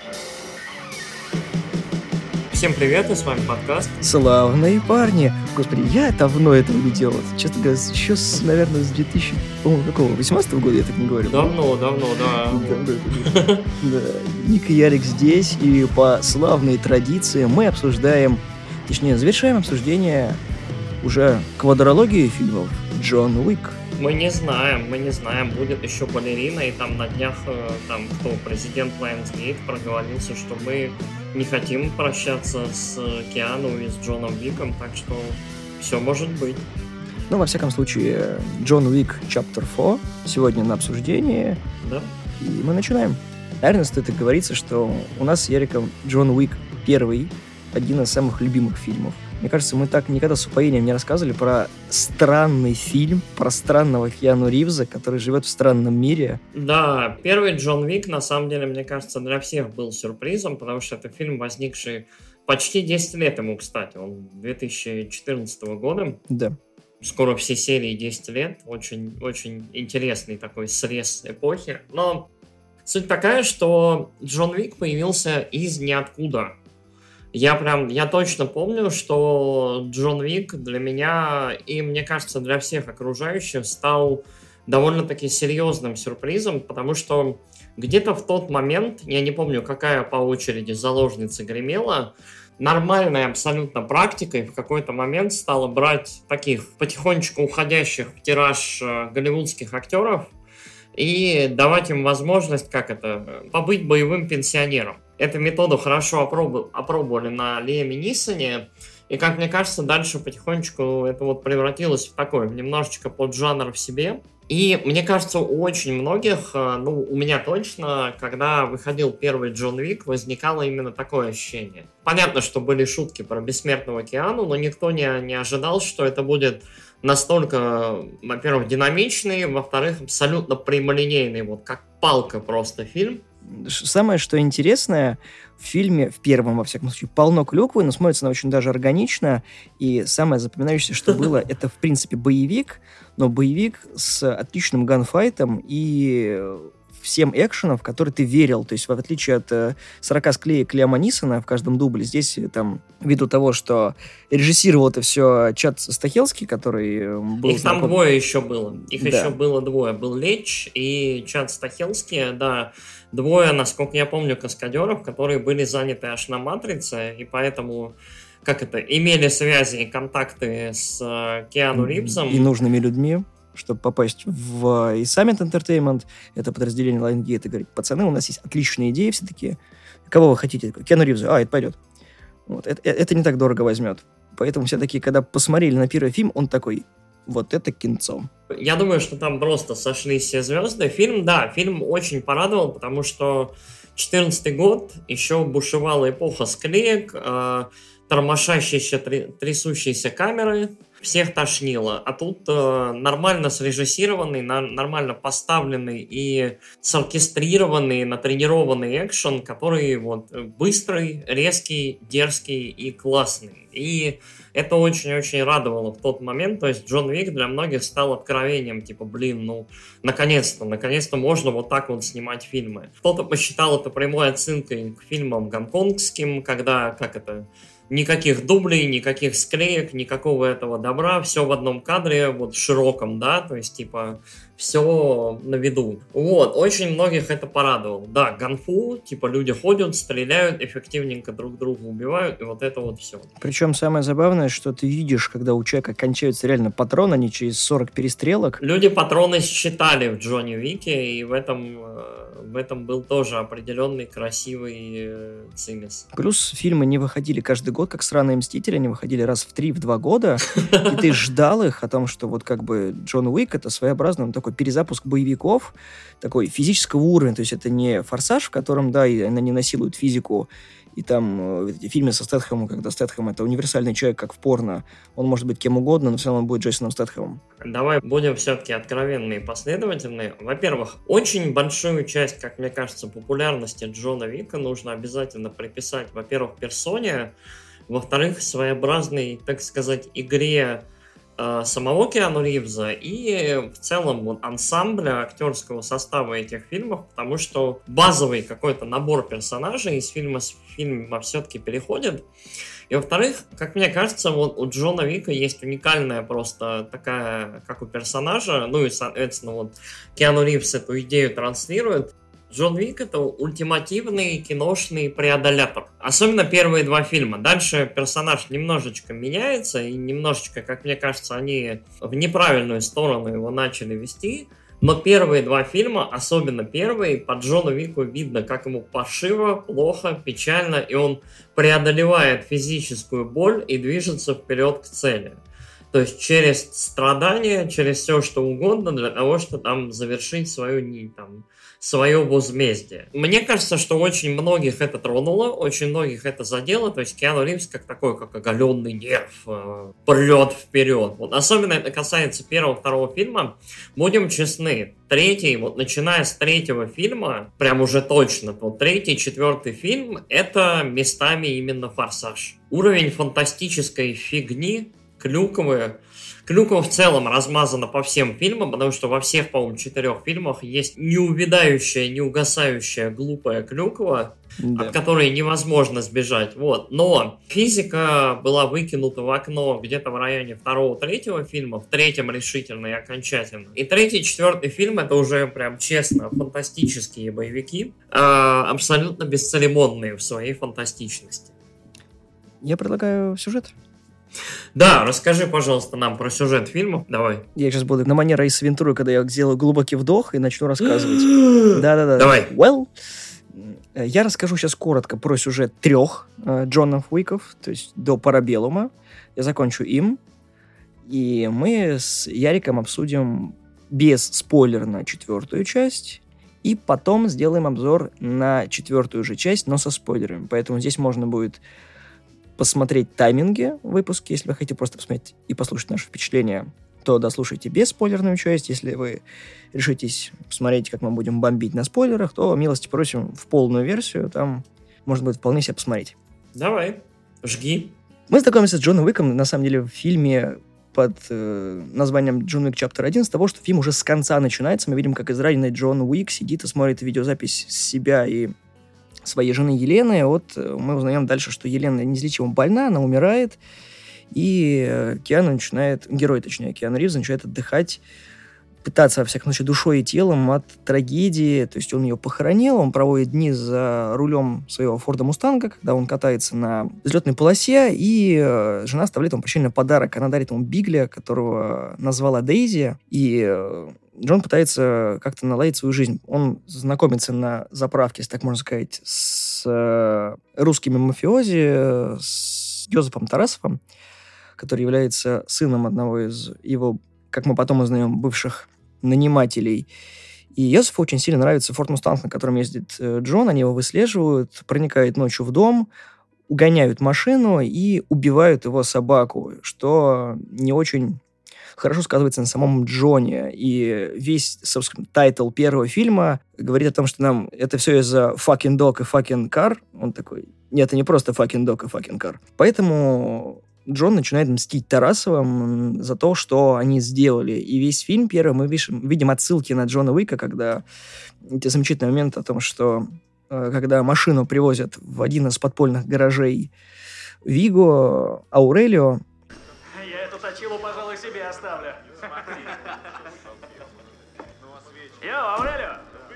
Всем привет, и с вами подкаст Славные парни. Господи, я давно этого не делал. Честно говоря, еще, наверное, с 2018 года я так не говорил. Давно, да. Да. Ник и Ярик здесь, и по славной традиции мы обсуждаем, точнее, завершаем обсуждение уже квадрологии фильмов «Джон Уик». Мы не знаем, будет еще балерина, и там на днях президент Lionsgate проговорился, что мы не хотим прощаться с Киану и с Джоном Уиком, так что все может быть. Ну, во всяком случае, Джон Уик Chapter 4 сегодня на обсуждении. Да. И мы начинаем. Наверное, стоит говорится, что у нас с Яриком Джон Уик первый, один из самых любимых фильмов. Мне кажется, мы так никогда с упоением не рассказывали про странный фильм, про странного Киану Ривза, который живет в странном мире. Да, первый Джон Уик, на самом деле, мне кажется, для всех был сюрпризом, потому что это фильм, возникший почти 10 лет ему, кстати. Он 2014 года. Да. Скоро все серии 10 лет. Очень, очень интересный такой срез эпохи. Но суть такая, что Джон Уик появился из ниоткуда. Я точно помню, что Джон Уик для меня и, мне кажется, для всех окружающих стал довольно-таки серьезным сюрпризом, потому что где-то в тот момент, я не помню, какая по очереди заложница гремела, нормальной абсолютно практикой в какой-то момент стало брать таких потихонечку уходящих в тираж голливудских актеров и давать им возможность, побыть боевым пенсионером. Эту методу хорошо опробовали на Лиаме Нисоне, и, как мне кажется, дальше потихонечку это превратилось в такой немножечко поджанр в себе. И, мне кажется, у очень многих, у меня точно, когда выходил первый Джон Уик, возникало именно такое ощущение. Понятно, что были шутки про бессмертного Киану, но никто не ожидал, что это будет настолько, во-первых, динамичный, во-вторых, абсолютно прямолинейный, как палка просто фильм. Самое, что интересное, в фильме, в первом, во всяком случае, полно клюквы, но смотрится она очень даже органично. И самое запоминающееся, что было, это, в принципе, боевик, но боевик с отличным ганфайтом и всем экшеном, в который ты верил. То есть, в отличие от 40 склеек Лиама Нисона в каждом дубле, здесь, ввиду того, что режиссировал это все Чад Стахелский, который был... Их там двое еще было. Еще было двое. Был Леч и Чад Стахелский, да. Двое, насколько я помню, каскадеров, которые были заняты аж на «Матрице», и поэтому, имели связи и контакты с Киану Ривзом. И нужными людьми, чтобы попасть в Summit Entertainment, это подразделение Lionsgate, и говорит: пацаны, у нас есть отличные идеи, все такие, кого вы хотите? Киану Ривза, это пойдет. Это не так дорого возьмет. Поэтому все такие, когда посмотрели на первый фильм, он такой: вот это кинцо. Я думаю, что там просто сошлись все звезды. Фильм очень порадовал, потому что 2014 год, еще бушевала эпоха склеек, тормошащиеся, трясущиеся камеры, всех тошнило. А тут нормально срежиссированный, нормально поставленный и соркестрированный, натренированный экшен, который быстрый, резкий, дерзкий и классный. И это очень-очень радовало в тот момент. То есть Джон Уик для многих стал откровением. Наконец-то можно вот так снимать фильмы. Кто-то посчитал это прямой отсылкой к фильмам гонконгским, когда, никаких дублей, никаких склеек, никакого этого добра, все в одном кадре, широком, да, то есть, все на виду. Очень многих это порадовало. Да, ганфу, люди ходят, стреляют, эффективненько друг друга убивают, и это все. Причем самое забавное, что ты видишь, когда у человека кончаются реально патроны, а не через 40 перестрелок. Люди патроны считали в Джонни Уике, и в этом был тоже определенный красивый цимис. Плюс фильмы не выходили каждый год, как «Сраные Мстители», они выходили раз в 3-2 года, и ты ждал их о том, что Джон Уик — это своеобразный такой перезапуск боевиков, такой физического уровня, то есть это не «Форсаж», в котором, да, и она не насилует физику, и там эти фильмы со Стэтхэмом, когда Стэтхэм — это универсальный человек, как в порно, он может быть кем угодно, но все равно он будет Джейсоном Стэтхэмом. Давай будем все-таки откровенны и последовательны. Во-первых, очень большую часть, как мне кажется, популярности Джона Уика нужно обязательно приписать, во-первых, персоне, во-вторых, своеобразной, так сказать, игре самого Киану Ривза и в целом вот ансамбля актерского состава этих фильмов, потому что базовый какой-то набор персонажей из фильма в фильм все-таки переходит. И во-вторых, как мне кажется, вот у Джона Уика есть уникальная просто такая, как у персонажа, ну и, соответственно, вот Киану Ривз эту идею транслирует. Джон Уик — это ультимативный киношный преодолятор. Особенно первые два фильма. Дальше персонаж немножечко меняется, и немножечко, как мне кажется, они в неправильную сторону его начали вести. Но первые два фильма, особенно первый, по Джону Уику видно, как ему паршиво, плохо, печально, и он преодолевает физическую боль и движется вперед к цели. То есть через страдания, через все что угодно для того, чтобы там завершить свое возмездие. Мне кажется, что очень многих это тронуло, очень многих это задело. То есть Киану Ривз как такой, как оголенный нерв, прет вперед. Вот особенно это касается первого-второго фильма. Будем честны, третий, вот начиная с третьего фильма, прям уже точно, вот третий, четвертый фильм, это местами именно форсаж. Уровень фантастической фигни, Клюква в целом размазана по всем фильмам, потому что во всех, по-моему, 4 фильмах есть неувядающая, неугасающая глупая клюква, от которой невозможно сбежать. Вот. Но физика была выкинута в окно где-то в районе 2-3 фильма, в третьем решительно и окончательно. И 3-4 фильм — это уже прям честно фантастические боевики, абсолютно бесцеремонные в своей фантастичности. Я предлагаю сюжет. Да, расскажи, пожалуйста, нам про сюжет фильма. Давай. Я сейчас буду на манер Эйс Вентуры, когда я сделаю глубокий вдох и начну рассказывать. Да-да-да. Давай. Well, я расскажу сейчас коротко про сюжет 3 Джонов Уиков, то есть до Парабеллума. Я закончу им. И мы с Яриком обсудим без спойлерно 4 часть. И потом сделаем обзор на 4 же часть, но со спойлерами. Поэтому здесь можно будет посмотреть тайминги выпуски, если вы хотите просто посмотреть и послушать наши впечатления, то дослушайте без спойлерную часть. Если вы решитесь посмотреть, как мы будем бомбить на спойлерах, то милости просим в полную версию, там можно будет вполне себе посмотреть. Давай, жги. Мы знакомимся с Джоном Уиком, на самом деле, в фильме под названием «Джон Уик Chapter 1» с того, что фильм уже с конца начинается. Мы видим, как израненный Джон Уик сидит и смотрит видеозапись себя и своей жены Елены. Вот мы узнаем дальше, что Елена неизлечимо больна, она умирает, и Киану Ривз начинает отдыхать, пытаться, во всяком случае, душой и телом от трагедии. То есть он ее похоронил, он проводит дни за рулем своего Форда Мустанга, когда он катается на взлетной полосе, и жена оставляет ему прощальный подарок. Она дарит ему Бигля, которого назвала Дейзи, и Джон пытается как-то наладить свою жизнь. Он знакомится на заправке, если так можно сказать, с русскими мафиози, с Йозефом Тарасовым, который является сыном одного из его, как мы потом узнаем, бывших нанимателей. И Йозефу очень сильно нравится Форд Мустанг, на котором ездит Джон. Они его выслеживают, проникают ночью в дом, угоняют машину и убивают его собаку, что не очень хорошо сказывается на самом Джоне. И весь, собственно, тайтл первого фильма говорит о том, что нам это все из-за fucking dog и fucking car. Он такой: нет, это не просто fucking dog и fucking car. Поэтому Джон начинает мстить Тарасовым за то, что они сделали. И весь фильм первый мы видим отсылки на Джона Уика, когда эти замечательные моменты о том, что когда машину привозят в один из подпольных гаражей Виго, Аурелио. Я эту точилу, пожалуй, себе оставлю. Йоу, Аурелио!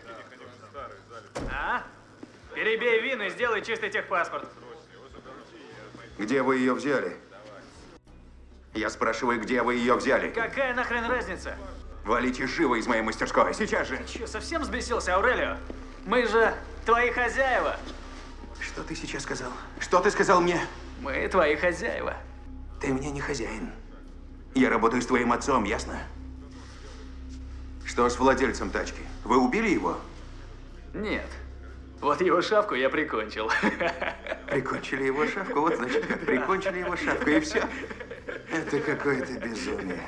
А? Перебей вин и сделай чистый техпаспорт. Где вы ее взяли? Я спрашиваю, где вы ее взяли? Какая нахрен разница? Валите живо из моей мастерской, сейчас же! Че, совсем взбесился, Аурелио? Мы же твои хозяева. Что ты сейчас сказал? Что ты сказал мне? Мы твои хозяева. Ты мне не хозяин. Я работаю с твоим отцом, ясно? Что с владельцем тачки? Вы убили его? Нет. Вот его шапку я прикончил. Прикончили его шапку? Вот значит как. Прикончили его шапку, и все. Это какое-то безумие.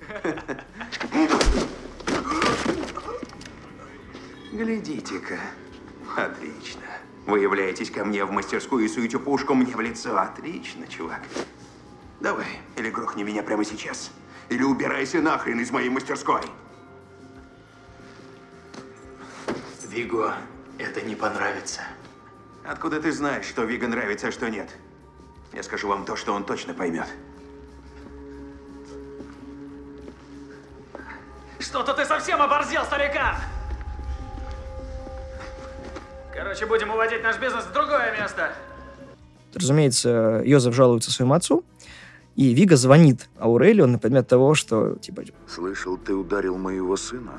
Глядите-ка. Отлично. Вы являетесь ко мне в мастерскую и суете пушку мне в лицо. Отлично, чувак. Давай, или грохни меня прямо сейчас. или убирайся нахрен из моей мастерской. Виго это не понравится. Откуда ты знаешь, что Виго нравится, а что нет? Я скажу вам то, что он точно поймет. Что-то ты совсем оборзел, старикан! Короче, будем уводить наш бизнес в другое место. Разумеется, Йозеф жалуется своему отцу, и Виго звонит Аурелио на предмет того, что, типа... Слышал, ты ударил моего сына?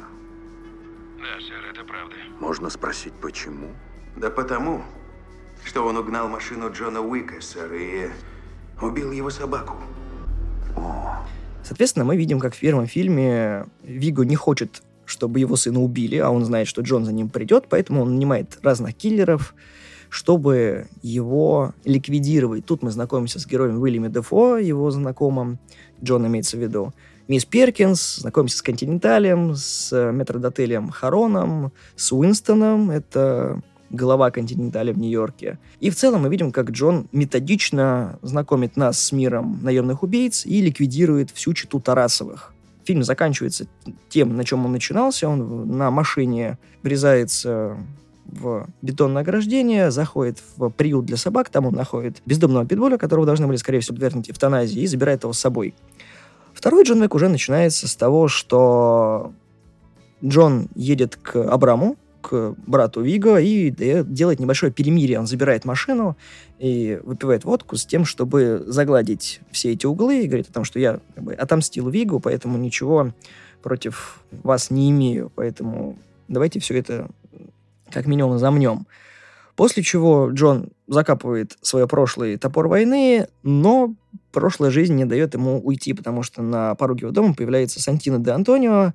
Да, сэр, это правда. Можно спросить, почему? Да потому, что он угнал машину Джона Уика, сэр, и убил его собаку. Соответственно, мы видим, как в первом фильме Виго не хочет, чтобы его сына убили, а он знает, что Джон за ним придет, поэтому он нанимает разных киллеров, чтобы его ликвидировать. Тут мы знакомимся с героем Уильяма Дефо, его знакомым, Джон имеется в виду, мисс Перкинс, знакомимся с Континенталем, с метрдотелем Хароном, с Уинстоном, это глава Континенталя в Нью-Йорке. И в целом мы видим, как Джон методично знакомит нас с миром наемных убийц и ликвидирует всю чету Тарасовых. Фильм заканчивается тем, на чем он начинался. Он на машине врезается в бетонное ограждение, заходит в приют для собак, там он находит бездомного питбуля, которого должны были, скорее всего, подвергнуть эвтаназии, и забирает его с собой. Второй Джон Уик уже начинается с того, что Джон едет к Абраму, к брату Виго, и делает небольшое перемирие. Он забирает машину и выпивает водку с тем, чтобы загладить все эти углы, и говорит о том, что я отомстил Вигу, поэтому ничего против вас не имею, поэтому давайте все это как минимум замнем. После чего Джон закапывает свой прошлый топор войны, но прошлая жизнь не дает ему уйти, потому что на пороге его дома появляется Сантино де Антонио.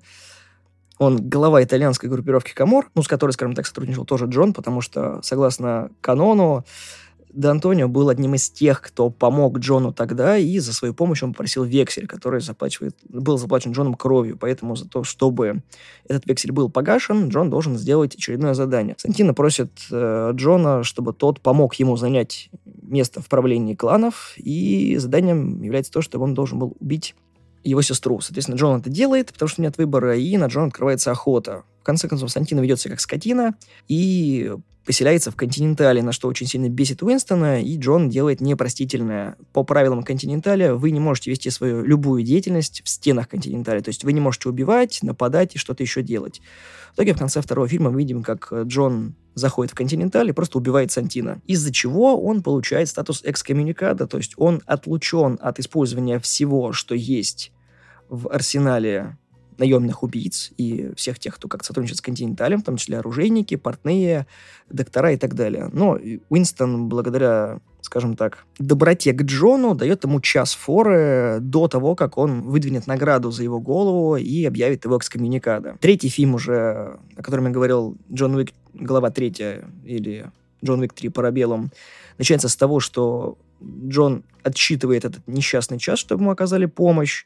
Он глава итальянской группировки Камор, с которой, скажем так, сотрудничал тоже Джон, потому что, согласно канону, де Антонио был одним из тех, кто помог Джону тогда, и за свою помощь он попросил вексель, который был заплачен Джоном кровью. Поэтому за то, чтобы этот вексель был погашен, Джон должен сделать очередное задание. Сантино просит Джона, чтобы тот помог ему занять место в правлении кланов, и заданием является то, что он должен был убить его сестру. Соответственно, Джон это делает, потому что нет выбора, и на Джона открывается охота. В конце концов, Сантино ведет себя как скотина и поселяется в Континентале, на что очень сильно бесит Уинстона, и Джон делает непростительное. По правилам Континенталя вы не можете вести свою любую деятельность в стенах Континенталя, то есть вы не можете убивать, нападать и что-то еще делать. В итоге в конце второго фильма мы видим, как Джон заходит в Континенталь и просто убивает Сантино, из-за чего он получает статус экскоммуникада, то есть он отлучен от использования всего, что есть в арсенале наемных убийц и всех тех, кто как-то сотрудничает с Континенталем, в том числе оружейники, портные, доктора и так далее. Но Уинстон, благодаря, скажем так, доброте к Джону, дает ему час форы до того, как он выдвинет награду за его голову и объявит его экскоммуникада. Третий фильм уже, о котором я говорил, Джон Уик, глава 3, или Джон Уик 3 Парабеллум, начинается с того, что Джон отсчитывает этот несчастный час, чтобы ему оказали помощь,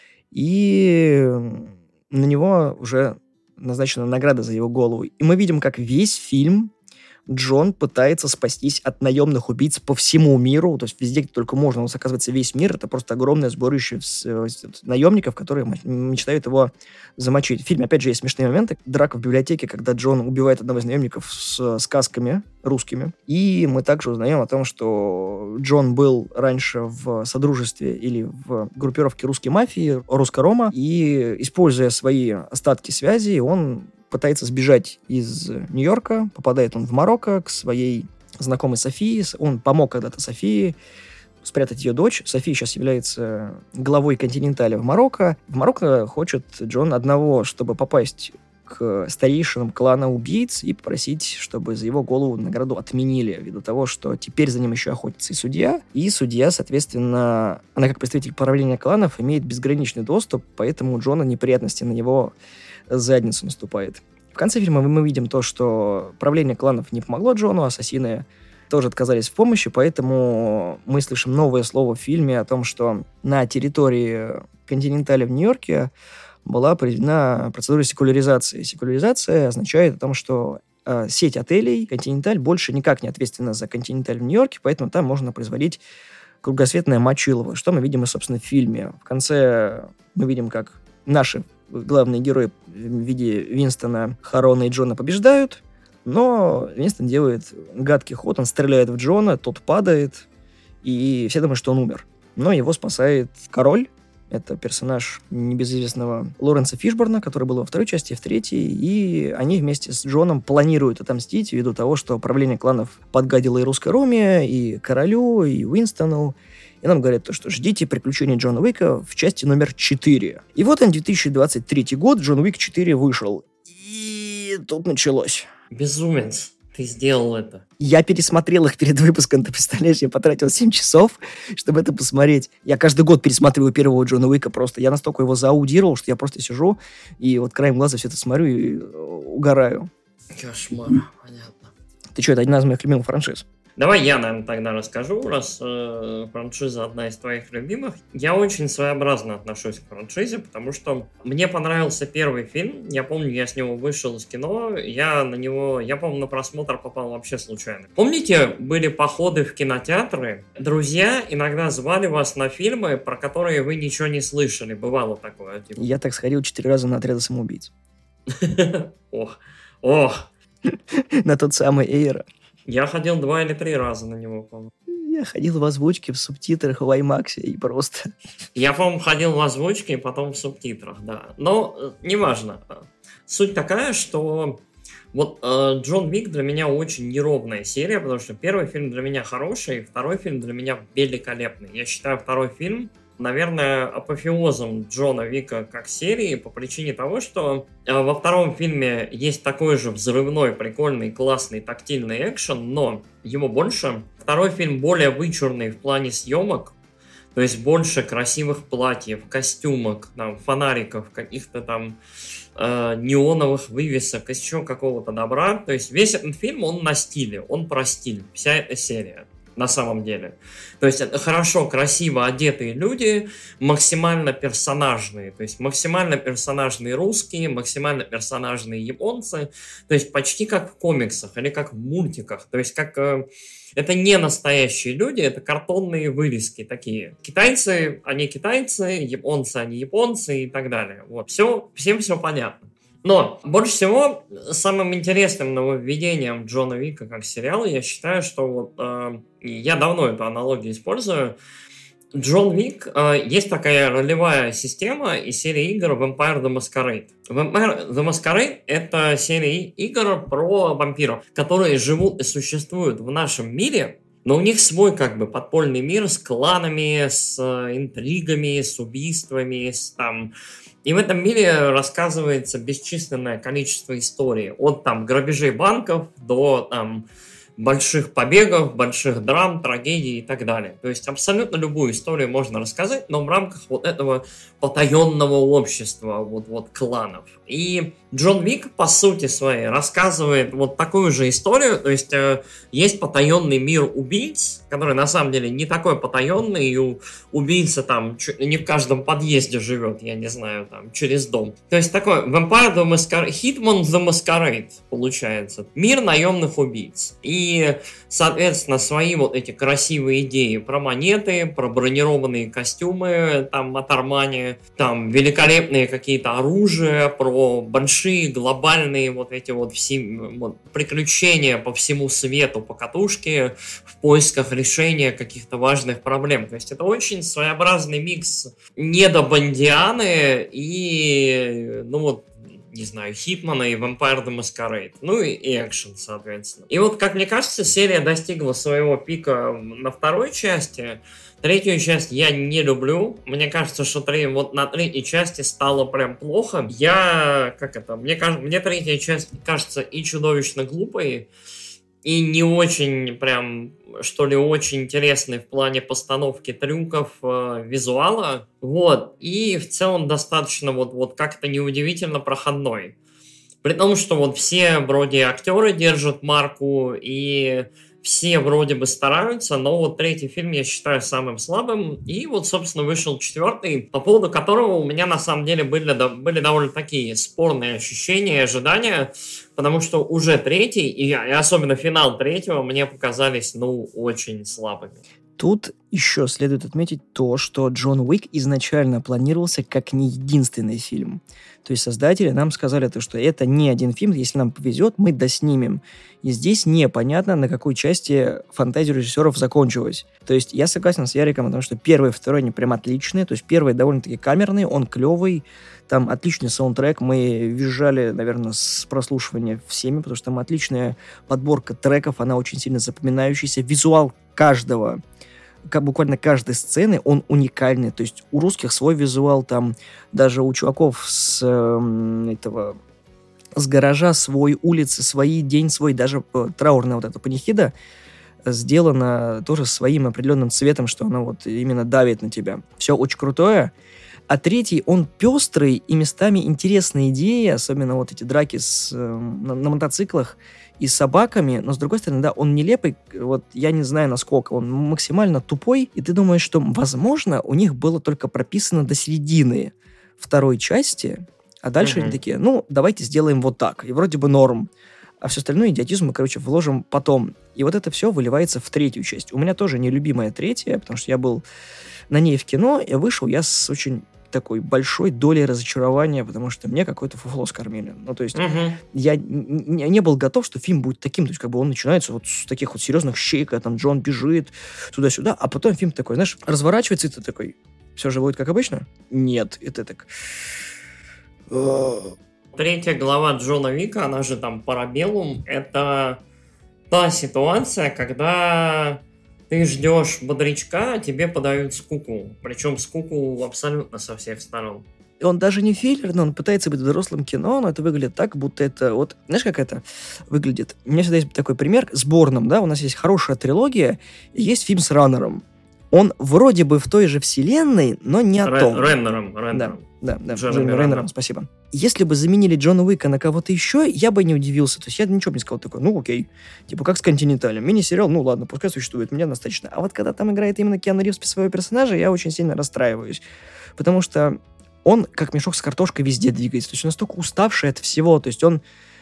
и на него уже назначена награда за его голову. И мы видим, как весь фильм Джон пытается спастись от наемных убийц по всему миру, то есть везде, где только можно. У нас, оказывается, весь мир — это просто огромное сборище наемников, которые мечтают его замочить. В фильме, опять же, есть смешные моменты. Драка в библиотеке, когда Джон убивает одного из наемников с сказками русскими. И мы также узнаем о том, что Джон был раньше в содружестве или в группировке русской мафии, русско-рома, и, используя свои остатки связи, он пытается сбежать из Нью-Йорка, попадает он в Марокко к своей знакомой Софии. Он помог когда-то Софии спрятать ее дочь. София сейчас является главой Континенталя в Марокко. В Марокко хочет Джон одного, чтобы попасть к старейшинам клана убийц и попросить, чтобы за его голову награду отменили, ввиду того, что теперь за ним еще охотится и судья. И судья, соответственно, она как представитель правления кланов имеет безграничный доступ, поэтому у Джона неприятности на него задницу наступает. В конце фильма мы видим то, что правление кланов не помогло Джону, ассасины тоже отказались в помощи, поэтому мы слышим новое слово в фильме о том, что на территории Континенталя в Нью-Йорке была проведена процедура секуляризации. Секуляризация означает о том, что сеть отелей Континенталь больше никак не ответственна за Континенталь в Нью-Йорке, поэтому там можно производить кругосветное мочилово. Что мы видим, собственно, в фильме? В конце мы видим, как наши главные герои в виде Винстона, Харона и Джона побеждают, но Винстон делает гадкий ход, он стреляет в Джона, тот падает, и все думают, что он умер. Но его спасает король. Это персонаж небезызвестного Лоренса Фишборна, который был во второй части и в третьей, и они вместе с Джоном планируют отомстить ввиду того, что правление кланов подгадило и русской Роме, и королю, и Уинстону. И нам говорят, что ждите приключений Джона Уика в части номер 4. И вот он, 2023 год, Джон Уик 4 вышел. И тут началось. Безумец. Ты сделал это. Я пересмотрел их перед выпуском, ты представляешь, я потратил 7 часов, чтобы это посмотреть. Я каждый год пересматриваю первого Джона Уика просто. Я настолько его зааудировал, что я просто сижу и вот краем глаза все это смотрю и угораю. Кошмар, понятно. Ты что, это одна из моих любимых франшиз. Давай я, наверное, тогда расскажу, раз франшиза одна из твоих любимых. Я очень своеобразно отношусь к франшизе, потому что мне понравился первый фильм. Я помню, я с него вышел из кино, я, помню, на просмотр попал вообще случайно. Помните, были походы в кинотеатры? Друзья иногда звали вас на фильмы, про которые вы ничего не слышали. Бывало такое. Типа. Я так сходил 4 раза на «Отряд самоубийц». Ох. На тот самый Эйра. Я ходил 2 или 3 раза на него, по-моему. Я ходил в озвучке, в субтитрах, в IMAX и просто... Я, по-моему, ходил в озвучке и потом в субтитрах, да. Но неважно. Суть такая, что вот Джон Уик для меня очень неровная серия, потому что первый фильм для меня хороший, второй фильм для меня великолепный. Я считаю второй фильм, наверное, апофеозом Джона Уика как серии по причине того, что во втором фильме есть такой же взрывной, прикольный, классный, тактильный экшен, но его больше. Второй фильм более вычурный в плане съемок, то есть больше красивых платьев, костюмок, там, фонариков, каких-то там неоновых вывесок, еще какого-то добра. То есть весь этот фильм, он на стиле, он про стиль, вся эта серия. На самом деле. То есть это хорошо, красиво одетые люди, максимально персонажные. То есть максимально персонажные русские, максимально персонажные японцы. То есть почти как в комиксах или как в мультиках. То есть как... это не настоящие люди, это картонные вырезки такие. Китайцы, они китайцы, японцы, они японцы и так далее. Вот. Всем все понятно. Но больше всего самым интересным нововведением Джона Уика как сериала, я считаю, что вот я давно эту аналогию использую. Джон Уик, есть такая ролевая система из серии игр Vampire the Masquerade. Vampire the Masquerade — это серия игр про вампиров, которые живут и существуют в нашем мире, но у них свой как бы подпольный мир с кланами, с интригами, с убийствами, с там... И в этом мире рассказывается бесчисленное количество историй. От там грабежей банков до там больших побегов, больших драм, трагедий и так далее. То есть абсолютно любую историю можно рассказать, но в рамках вот этого потаенного общества, вот кланов. И Джон Уик, по сути своей, рассказывает вот такую же историю. То есть есть потаенный мир убийц, который на самом деле не такой потаенный, и убийца там не в каждом подъезде живет, я не знаю, там, через дом. То есть такой Vampire the Masquerade, Hitman the Masquerade получается. Мир наемных убийц. И, соответственно, свои вот эти красивые идеи про монеты, про бронированные костюмы, там, от Армани, там, великолепные какие-то оружия, про большие глобальные вот эти вот приключения по всему свету, по катушке, в поисках решения каких-то важных проблем. То есть это очень своеобразный микс недобандианы и, ну вот, не знаю, Хитмана и Vampire the Masquerade. Ну и экшен, соответственно. И вот, как мне кажется, серия достигла своего пика на второй части. Третью часть я не люблю. Мне кажется, что вот на третьей части стало прям плохо. Мне третья часть кажется и чудовищно глупой, и не очень прям, что ли, очень интересной в плане постановки трюков, визуала. Вот. И в целом достаточно вот как-то неудивительно проходной. При том, что вот все вроде актеры держат марку, и все вроде бы стараются, но вот третий фильм я считаю самым слабым. И вот, собственно, вышел четвертый, по поводу которого у меня на самом деле были довольно такие спорные ощущения и ожидания, потому что уже третий, и особенно финал третьего, мне показались, ну, очень слабыми. Тут еще следует отметить то, что Джон Уик изначально планировался как не единственный фильм. То есть создатели нам сказали, что это не один фильм, если нам повезет, мы доснимем. И здесь непонятно, на какой части фантазия режиссеров закончилась. То есть я согласен с Яриком, потому что первый и второй, они прям отличные. То есть первый довольно-таки камерный, он клевый, там отличный саундтрек. Мы визжали, наверное, с прослушивания всеми, потому что там отличная подборка треков, она очень сильно запоминающаяся. Визуал каждого, буквально каждой сцены, он уникальный. То есть у русских свой визуал, там даже у чуваков с гаража свой, улицы свои, день свой, даже траурная вот эта панихида сделана тоже своим определенным цветом, что она вот именно давит на тебя. Все очень крутое. А третий, он пестрый и местами интересные идеи, особенно вот эти драки на мотоциклах и с собаками, но, с другой стороны, да, он нелепый, вот я не знаю, насколько, он максимально тупой, и ты думаешь, что, возможно, у них было только прописано до середины второй части, а дальше они такие, давайте сделаем вот так, и вроде бы норм, а все остальное идиотизм мы, вложим потом. И вот это все выливается в третью часть. У меня тоже нелюбимая третья, потому что я был на ней в кино, и вышел я с очень такой большой долей разочарования, потому что мне какое-то фуфло скормили. То есть я не был готов, что фильм будет таким. То есть он начинается вот с таких вот серьезных щей, когда там Джон бежит туда-сюда, а потом фильм такой, знаешь, разворачивается, и ты такой, все же будет как обычно? Нет. И ты так... Третья глава Джона Уика, она же там Парабеллум, это та ситуация, когда ты ждешь бодрячка, а тебе подают скуку. Причем скуку абсолютно со всех сторон. Он даже не филлерный, он пытается быть взрослым кино, но это выглядит так, будто это... Вот, знаешь, как это выглядит? У меня всегда есть такой пример с Борном, да? У нас есть хорошая трилогия, и есть фильм с Раннером. Он вроде бы в той же вселенной, но не о том. Реннером. Да, Джереми Реннером, спасибо. Если бы заменили Джона Уика на кого-то еще, я бы не удивился. То есть я ничего бы не сказал такой, окей. Типа как с «Континенталем». Мини-сериал, ладно, пускай существует, мне достаточно. А вот когда там играет именно Киану Ривз своего персонажа, я очень сильно расстраиваюсь. Потому что он как мешок с картошкой везде двигается. То есть он настолько уставший от всего. То есть он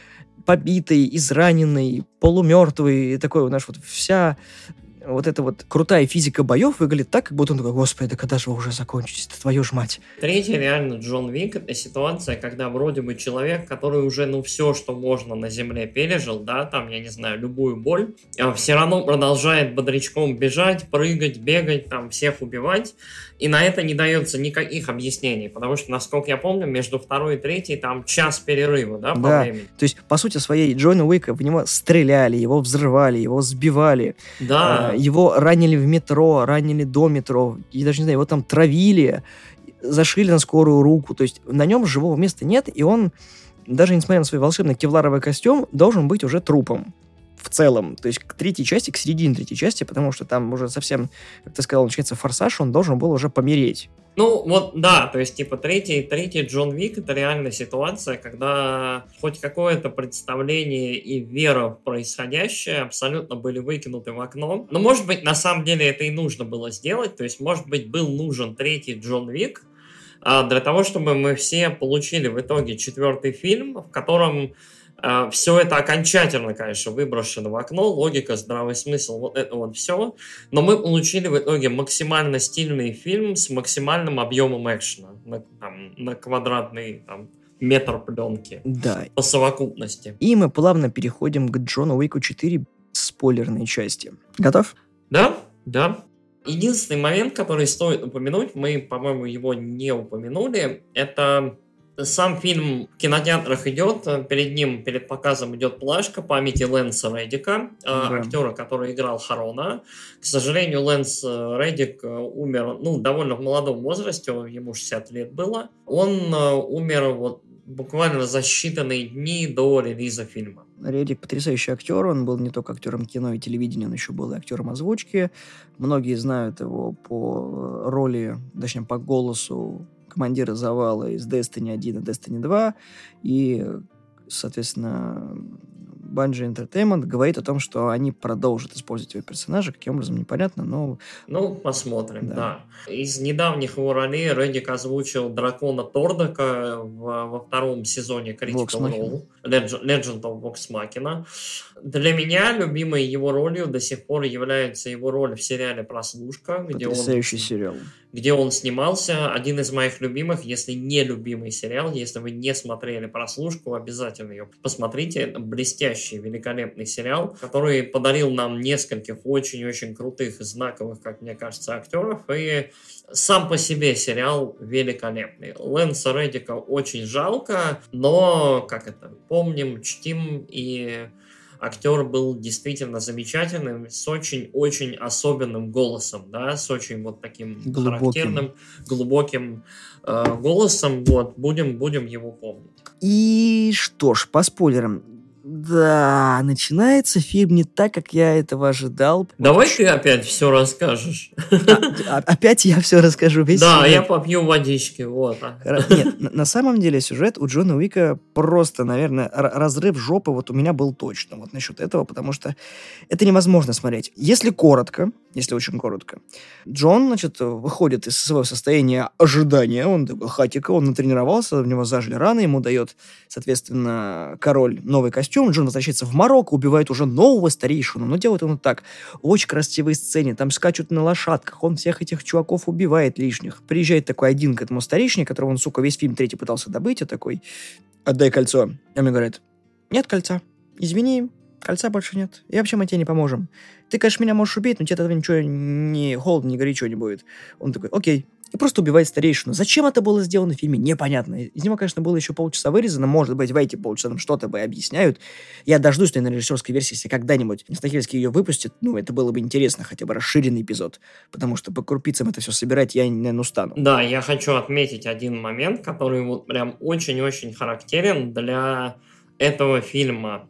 побитый, израненный, полумертвый. И такой, знаешь, вот вся... Вот эта вот крутая физика боев выглядит так, как будто он такой, господи, да когда же вы уже закончитесь, да твою ж мать. Третий реально Джон Уик, это ситуация, когда вроде бы человек, который уже, все, что можно на земле пережил, да, там, я не знаю, любую боль, все равно продолжает бодрячком бежать, прыгать, бегать, там, всех убивать, и на это не дается никаких объяснений, потому что, насколько я помню, между второй и третьей там час перерыва, да, по времени. То есть, по сути своей, Джона Уика, в него стреляли, его взрывали, его сбивали. Да. Его ранили в метро, ранили до метро, и даже не знаю, его там травили, зашили на скорую руку, то есть на нем живого места нет, и он, даже несмотря на свой волшебный кевларовый костюм, должен быть уже трупом в целом, то есть к третьей части, к середине третьей части, потому что там уже совсем, как ты сказал, начинается форсаж, он должен был уже помереть. Да, то есть, третий Джон Уик — это реально ситуация, когда хоть какое-то представление и вера в происходящее абсолютно были выкинуты в окно. Но, может быть, на самом деле это и нужно было сделать, то есть, может быть, был нужен третий Джон Уик для того, чтобы мы все получили в итоге четвертый фильм, в котором все это окончательно, конечно, выброшено в окно, логика, здравый смысл, вот это вот все. Но мы получили в итоге максимально стильный фильм с максимальным объемом экшена на квадратный метр пленки. Да. По совокупности. И мы плавно переходим к Джону Уику 4 спойлерной части. Готов? Да. Единственный момент, который стоит упомянуть, мы, по-моему, его не упомянули, это... Сам фильм в кинотеатрах идет, перед показом идет плашка памяти Лэнса Реддика, актера, который играл Харона. К сожалению, Лэнс Реддик умер, довольно в молодом возрасте, ему 60 лет было. Он умер буквально за считанные дни до релиза фильма. Реддик потрясающий актер, он был не только актером кино и телевидения, он еще был и актером озвучки. Многие знают его по роли, точнее, по голосу командира завала из Destiny 1 и Destiny 2, и, соответственно, Bungie Entertainment говорит о том, что они продолжат использовать его персонажа. Каким образом, непонятно, но... Ну, посмотрим, Да. да. Из недавних его ролей Реддик озвучил дракона Тордака во втором сезоне Critical Vox Machina. Role, Legend of Vox Machina. Для меня любимой его ролью до сих пор является его роль в сериале «Прослушка», Потрясающий сериал. где он снимался. Один из моих любимых, если не любимый сериал. Если вы не смотрели «Прослушку», обязательно ее посмотрите. Это блестящий, великолепный сериал, который подарил нам нескольких очень-очень крутых и знаковых, как мне кажется, актеров. И сам по себе сериал великолепный. Лэнса Реддика очень жалко, но, помним, чтим, и актер был действительно замечательным, с очень-очень особенным голосом, да, с очень вот таким Глубоким. характерным, глубоким голосом. Вот, будем его помнить. И что ж, по спойлерам. Да, начинается фильм не так, как я этого ожидал. Давай ты опять все расскажешь. Опять я все расскажу. Весь Да, сюжет. я попью водички, вот. Нет, на самом деле сюжет у Джона Уика просто, наверное, разрыв жопы вот у меня был точно вот насчет этого, потому что это невозможно смотреть. Если очень коротко, Джон, значит, выходит из своего состояния ожидания, он такой хатика, он натренировался, в него зажили раны, ему дает, соответственно, король новый костюм, Джон возвращается в Марокко, убивает уже нового старейшину, но делает он так, в очень красивой сцене, там скачут на лошадках, он всех этих чуваков убивает лишних. Приезжает такой один к этому старейшине, которого он, сука, весь фильм третий пытался добыть, и такой, отдай кольцо. И он мне говорит, нет кольца, извини, кольца больше нет, и вообще мы тебе не поможем. Ты, конечно, меня можешь убить, но тебе от этого ничего не холодно, не горячо не будет. Он такой, окей. И просто убивает старейшину. Зачем это было сделано в фильме, непонятно. Из него, конечно, было еще полчаса вырезано. Может быть, в эти полчаса там что-то бы объясняют. Я дождусь, наверное, режиссерской версии, если когда-нибудь Стахельский ее выпустит. Ну, это было бы интересно, хотя бы расширенный эпизод. Потому что по крупицам это все собирать я, наверное, устану. Да, я хочу отметить один момент, который вот прям очень-очень характерен для этого фильма.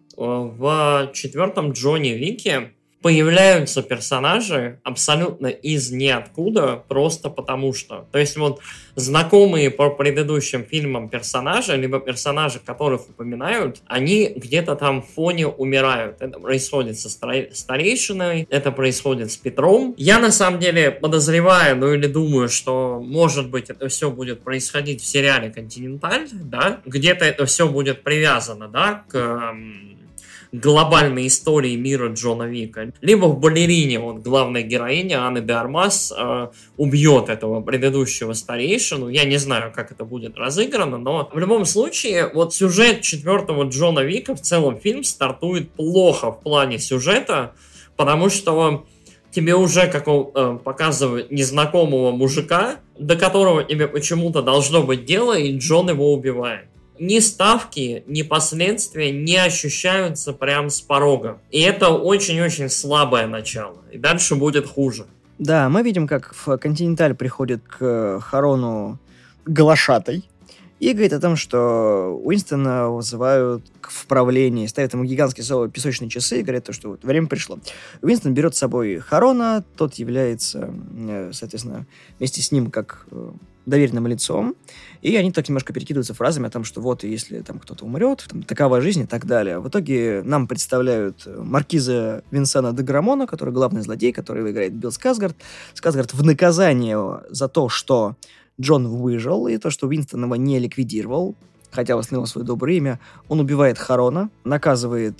В четвертом Джонни Вике появляются персонажи абсолютно из ниоткуда, просто потому что. То есть вот знакомые по предыдущим фильмам персонажи, либо персонажи, которых упоминают, они где-то там в фоне умирают. Это происходит со старейшиной, это происходит с Петром. Я на самом деле подозреваю, или думаю, что может быть это все будет происходить в сериале «Континенталь», да? Где-то это все будет привязано, да, к глобальной истории мира Джона Вика. Либо в «Балерине» вот главная героиня Анны де Армас убьет этого предыдущего старейшину. Я не знаю, как это будет разыграно, но в любом случае вот сюжет четвертого Джона Вика, в целом фильм стартует плохо в плане сюжета, потому что тебе уже показывают незнакомого мужика, до которого тебе почему-то должно быть дело, и Джон его убивает. Ни ставки, ни последствия не ощущаются прям с порога. И это очень-очень слабое начало. И дальше будет хуже. Да, мы видим, как в «Континенталь» приходит к Харону глашатай и говорит о том, что Уинстона вызывают в правление, ставят ему гигантские песочные часы и говорят, что вот время пришло. Уинстон берет с собой Харона, тот является, соответственно, вместе с ним как доверенным лицом, и они так немножко перекидываются фразами о том, что вот, если там кто-то умрет, там, такова жизнь и так далее. В итоге нам представляют маркиза Винсана де Грамона, который главный злодей, который играет Билл Скарсгард. Скарсгард в наказание за то, что Джон выжил, и то, что Уинстон его не ликвидировал, хотя восстановил свое доброе имя, он убивает Харона, наказывает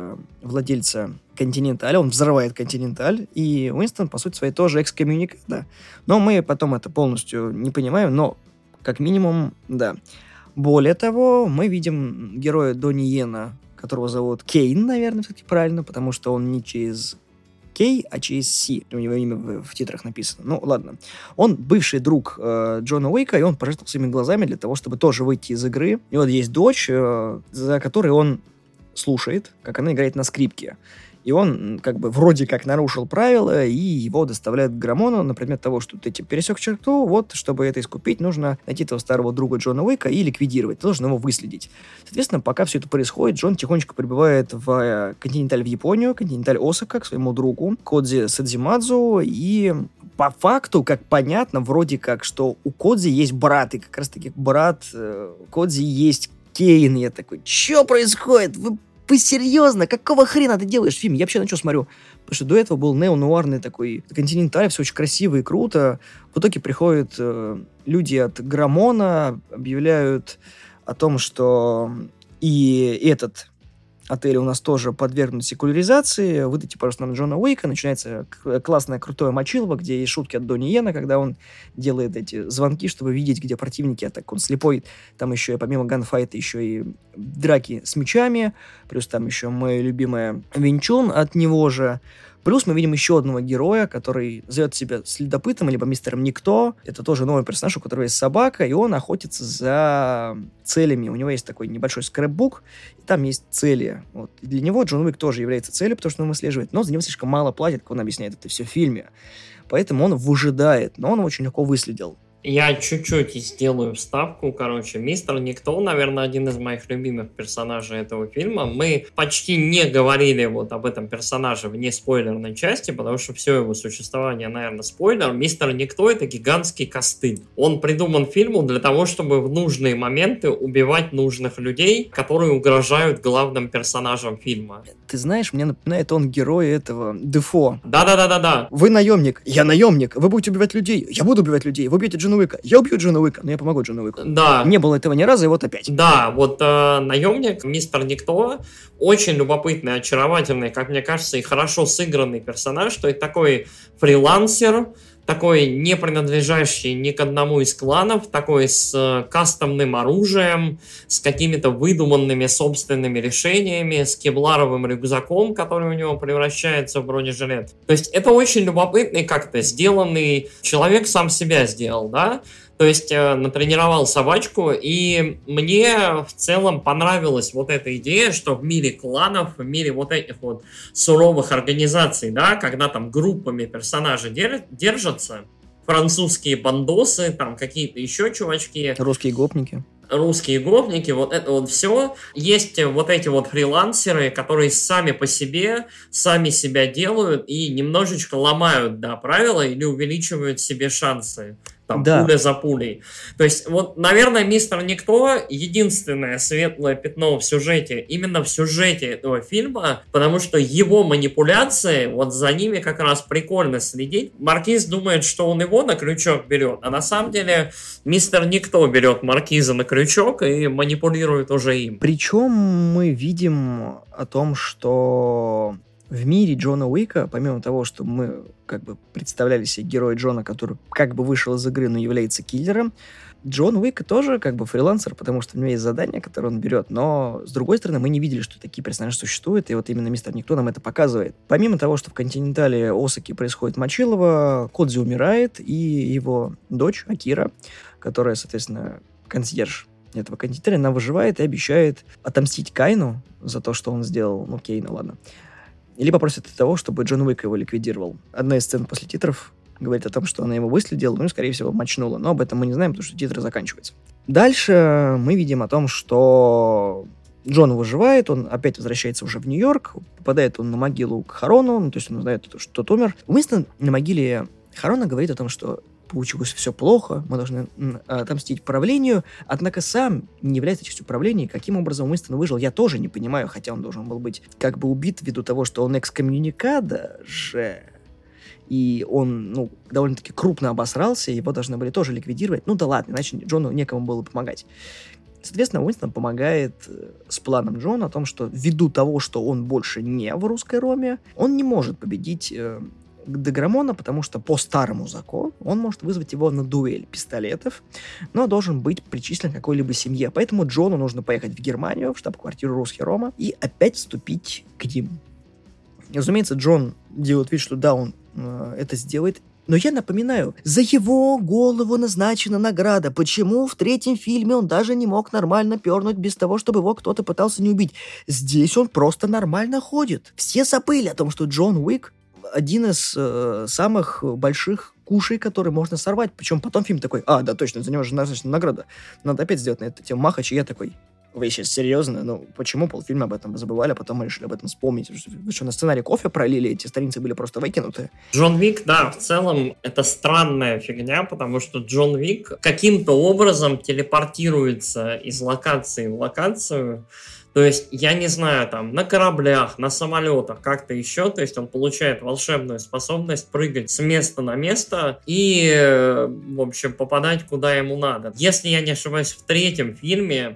владельца Континенталь, он взрывает Континенталь, и Уинстон, по сути своей, тоже экскоммуникат, да. Но мы потом это полностью не понимаем, но, как минимум, да. Более того, мы видим героя Донни Йена, которого зовут Кейн, наверное, все-таки правильно, потому что он не через Кей, а через Си. У него имя в титрах написано. Ну, ладно. Он бывший друг Джона Уика, и он пожертвовал своими глазами для того, чтобы тоже выйти из игры. И вот есть дочь, за которой он слушает, как она играет на скрипке. И он как бы вроде как нарушил правила, и его доставляют к Грамону на предмет того, что ты пересек черту, вот, чтобы это искупить, нужно найти этого старого друга Джона Уика и ликвидировать, ты должен его выследить. Соответственно, пока все это происходит, Джон тихонечко прибывает в Континенталь в Японию, Континенталь Осака, к своему другу Кодзи Садзимадзу, и по факту, как понятно, вроде как, что у Кодзи есть брат, и как раз-таки брат Кодзи есть Кейн. Я такой, что происходит? Вы вы серьезно? Какого хрена ты делаешь в фильме? Я вообще на что смотрю? Потому что до этого был неонуарный такой континенталь, все очень красиво и круто. В итоге приходят люди от Грамона, объявляют о том, что и этот отель у нас тоже подвергнут секуляризации, выдайте, пожалуйста, нам Джона Уика, начинается классное крутое мочилово, где есть шутки от Донни Йена, когда он делает эти звонки, чтобы видеть, где противники, а так он слепой, там еще помимо ганфайта еще и драки с мечами, плюс там еще моя любимая Винь Чун от него же. Плюс мы видим еще одного героя, который зовет себя следопытом, либо мистером Никто. Это тоже новый персонаж, у которого есть собака, и он охотится за целями. У него есть такой небольшой скрэпбук, и там есть цели. Вот. И для него Джон Уик тоже является целью, потому что он выслеживает, но за него слишком мало платят, как он объясняет это все в фильме. Поэтому он выжидает, но он очень легко выследил. Я чуть-чуть сделаю вставку, мистер Никто, наверное, один из моих любимых персонажей этого фильма. Мы почти не говорили вот об этом персонаже в неспойлерной части, потому что все его существование, наверное, спойлер. Мистер Никто — это гигантский костыль. Он придуман фильму для того, чтобы в нужные моменты убивать нужных людей, которые угрожают главным персонажам фильма. Ты знаешь, мне напоминает он герой этого Дефо. Да. Вы наемник, я наемник. Вы будете убивать людей, я буду убивать людей. Вы убьете Джона Уика, я убью Джона Уика, но я помогу Джону Уику. Да. Не было этого ни разу, и вот опять. Да, вот наемник, мистер Никто, очень любопытный, очаровательный, как мне кажется, и хорошо сыгранный персонаж, что это такой фрилансер, такой не принадлежащий ни к одному из кланов, такой с кастомным оружием, с какими-то выдуманными собственными решениями, с кевларовым рюкзаком, который у него превращается в бронежилет. То есть это очень любопытный как-то сделанный человек, сам себя сделал, да? То есть натренировал собачку, и мне в целом понравилась вот эта идея, что в мире кланов, в мире вот этих вот суровых организаций, да, когда там группами персонажи держатся, французские бандосы, там какие-то еще чувачки. Русские гопники, вот это вот все. Есть вот эти вот фрилансеры, которые сами по себе, сами себя делают и немножечко ломают, да, правила или увеличивают себе шансы. Там, да. Пуля за пулей. То есть, вот, наверное, мистер Никто единственное светлое пятно в сюжете, именно в сюжете этого фильма, потому что его манипуляции, вот за ними как раз прикольно следить. Маркиз думает, что он его на крючок берет, а на самом деле мистер Никто берет Маркиза на крючок и манипулирует уже им. Причем мы видим о том, что в мире Джона Уика, помимо того, что мы как бы представляли себе героя Джона, который как бы вышел из игры, но является киллером, Джон Уик тоже как бы фрилансер, потому что у него есть задания, которые он берет, но с другой стороны мы не видели, что такие персонажи существуют, и вот именно мистер Никто нам это показывает. Помимо того, что в континентале Осаки происходит мочилово, Кодзи умирает, и его дочь Акира, которая, соответственно, консьерж этого континенталя, она выживает и обещает отомстить Кайну за то, что он сделал, ну, Кейну, ладно. Либо просит того, чтобы Джон Уик его ликвидировал. Одна из сцен после титров говорит о том, что она его выследила, ну и, скорее всего, мочнула. Но об этом мы не знаем, потому что титры заканчиваются. Дальше мы видим о том, что Джон выживает, он опять возвращается уже в Нью-Йорк, попадает он на могилу к Харону, ну, то есть он узнает, что тот умер. Уинстон на могиле Харона говорит о том, что получилось все плохо, мы должны отомстить правлению, однако сам не является частью правления. Каким образом Уинстон выжил, я тоже не понимаю, хотя он должен был быть как бы убит ввиду того, что он экскоммуникада же, и он, ну, довольно-таки крупно обосрался, его должны были тоже ликвидировать. Ну да ладно, иначе Джону некому было помогать. Соответственно, Уинстон помогает с планом Джона о том, что ввиду того, что он больше не в русской Роме, он не может победить Деграмона, потому что по старому закону он может вызвать его на дуэль пистолетов, но должен быть причислен к какой-либо семье. Поэтому Джону нужно поехать в Германию, в штаб-квартиру Русский Рома, и опять вступить к ним. Разумеется, Джон делает вид, что да, он это сделает. Но я напоминаю, за его голову назначена награда. Почему в третьем фильме он даже не мог нормально пернуть без того, чтобы его кто-то пытался не убить? Здесь он просто нормально ходит. Все забыли о том, что Джон Уик один из самых больших кушей, которые можно сорвать. Причем потом фильм такой, да, точно, за него же назначена награда. Надо опять сделать на эту тему махач. И я такой, вы сейчас серьезно? Ну, почему полфильма об этом забывали, а потом мы решили об этом вспомнить? Вы что, на сценарий кофе пролили? Эти страницы были просто выкинуты? Джон Уик, да, в целом это странная фигня, потому что Джон Уик каким-то образом телепортируется из локации в локацию. То есть, я не знаю, там, на кораблях, на самолетах, как-то еще, то есть он получает волшебную способность прыгать с места на место и, в общем, попадать куда ему надо. Если я не ошибаюсь, в третьем фильме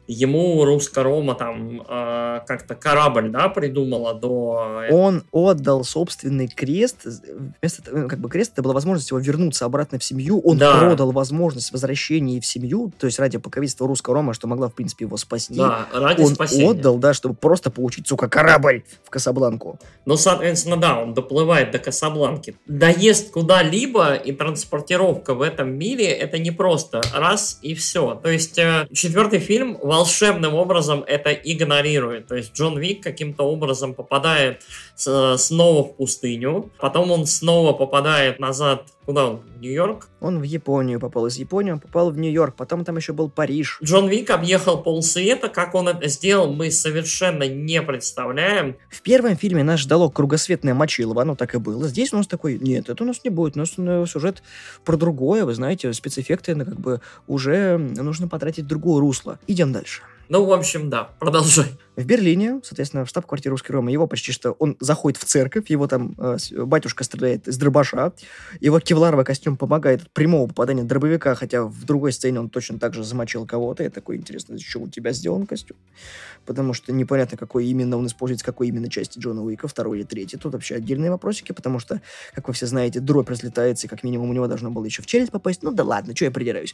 ему Русско-Рома там как-то корабль, да, придумала до... Он отдал собственный крест, вместо, как бы крест, это была возможность его вернуться обратно в семью, он продал возможность возвращения в семью, то есть ради покровительства Русско-Рома, что могла, в принципе, его спасти. Да, ради он спасения. Отдал, да, чтобы просто получить, сука, корабль в Касабланку. Ну, соответственно, да, он доплывает до Касабланки. Доезд куда-либо и транспортировка в этом мире, это не просто раз и все. То есть, четвертый фильм волшебным образом это игнорирует. То есть Джон Уик каким-то образом попадает снова в пустыню, потом он снова попадает назад. Куда он? В Нью-Йорк? Он в Японию попал, из Японии он попал в Нью-Йорк, потом там еще был Париж. Джон Уик объехал полсвета, как он это сделал, мы совершенно не представляем. В первом фильме нас ждало кругосветное мочилово, оно так и было. Здесь у нас такой, нет, это у нас не будет, у нас сюжет про другое, вы знаете, спецэффекты, как бы уже нужно потратить в другое русло. Идем дальше. Ну, в общем, да, продолжай. В Берлине, соответственно, в штаб-квартире Русско-Рома, его почти что... Он заходит в церковь, его там батюшка стреляет из дробаша, его кевларовый костюм помогает от прямого попадания дробовика, хотя в другой сцене он точно так же замочил кого-то. Я такой, интересно, из чего у тебя сделан костюм? Потому что непонятно, какой именно он использует, с какой именно части Джона Уика, второй или третий. Тут вообще отдельные вопросики, потому что, как вы все знаете, дробь разлетается, и как минимум у него должно было еще в челюсть попасть. Ну да ладно, что я придираюсь.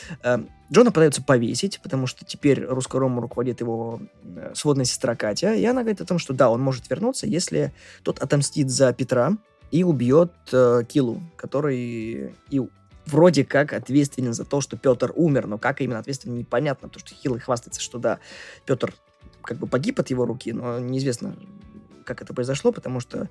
Джона пытаются повесить, потому что теперь Русско-Рома руководит его сводная сестра Катя, и она говорит о том, что да, он может вернуться, если тот отомстит за Петра и убьет Киллу, который и вроде как ответственен за то, что Петр умер, но как именно ответственен, непонятно, потому что Килла хвастается, что да, Петр как бы погиб от его руки, но неизвестно, как это произошло, потому что.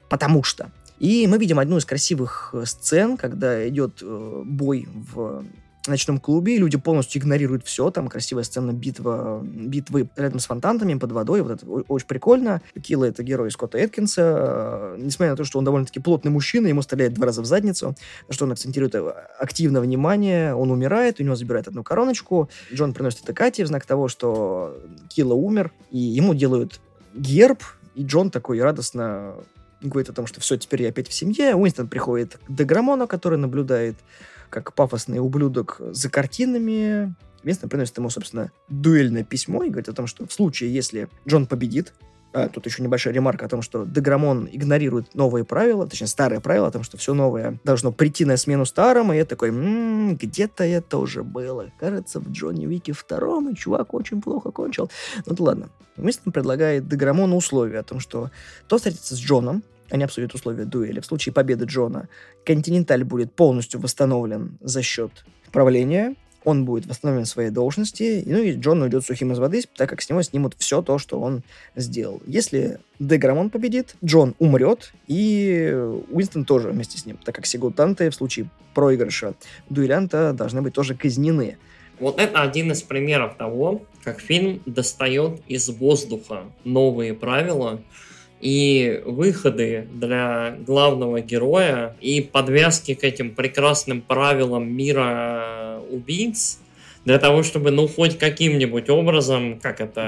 И мы видим одну из красивых сцен, когда идет бой в ночном клубе, и люди полностью игнорируют все, там красивая сцена битвы рядом с фонтанами под водой, вот это очень прикольно. Килла — это герой Скотта Эткинса, несмотря на то, что он довольно-таки плотный мужчина, ему стреляет 2 раза в задницу, на что он акцентирует активное внимание, он умирает, у него забирают одну короночку, Джон приносит это Кате в знак того, что Килла умер, и ему делают герб, и Джон такой радостно говорит о том, что все, теперь я опять в семье. Уинстон приходит к Деграмону, который наблюдает как пафосный ублюдок за картинами. Уинстон приносит ему, собственно, дуэльное письмо и говорит о том, что в случае, если Джон победит, тут еще небольшая ремарка о том, что Деграмон игнорирует новые правила, точнее, старые правила, о том, что все новое должно прийти на смену старому, и я такой, где-то это уже было. Кажется, в Джонни Уике 2 и чувак очень плохо кончил. Ну да ладно. Уинстон предлагает Деграмону условия о том, что тот встретится с Джоном, они обсудят условия дуэли. В случае победы Джона Континенталь будет полностью восстановлен за счет правления, он будет восстановлен в своей должности, ну и Джон уйдет сухим из воды, так как с него снимут все то, что он сделал. Если Деграмон победит, Джон умрет, и Уинстон тоже вместе с ним, так как сигутанты в случае проигрыша дуэлянта должны быть тоже казнены. Вот это один из примеров того, как фильм достает из воздуха новые правила и выходы для главного героя, и подвязки к этим прекрасным правилам мира убийц, для того, чтобы, ну, хоть каким-нибудь образом,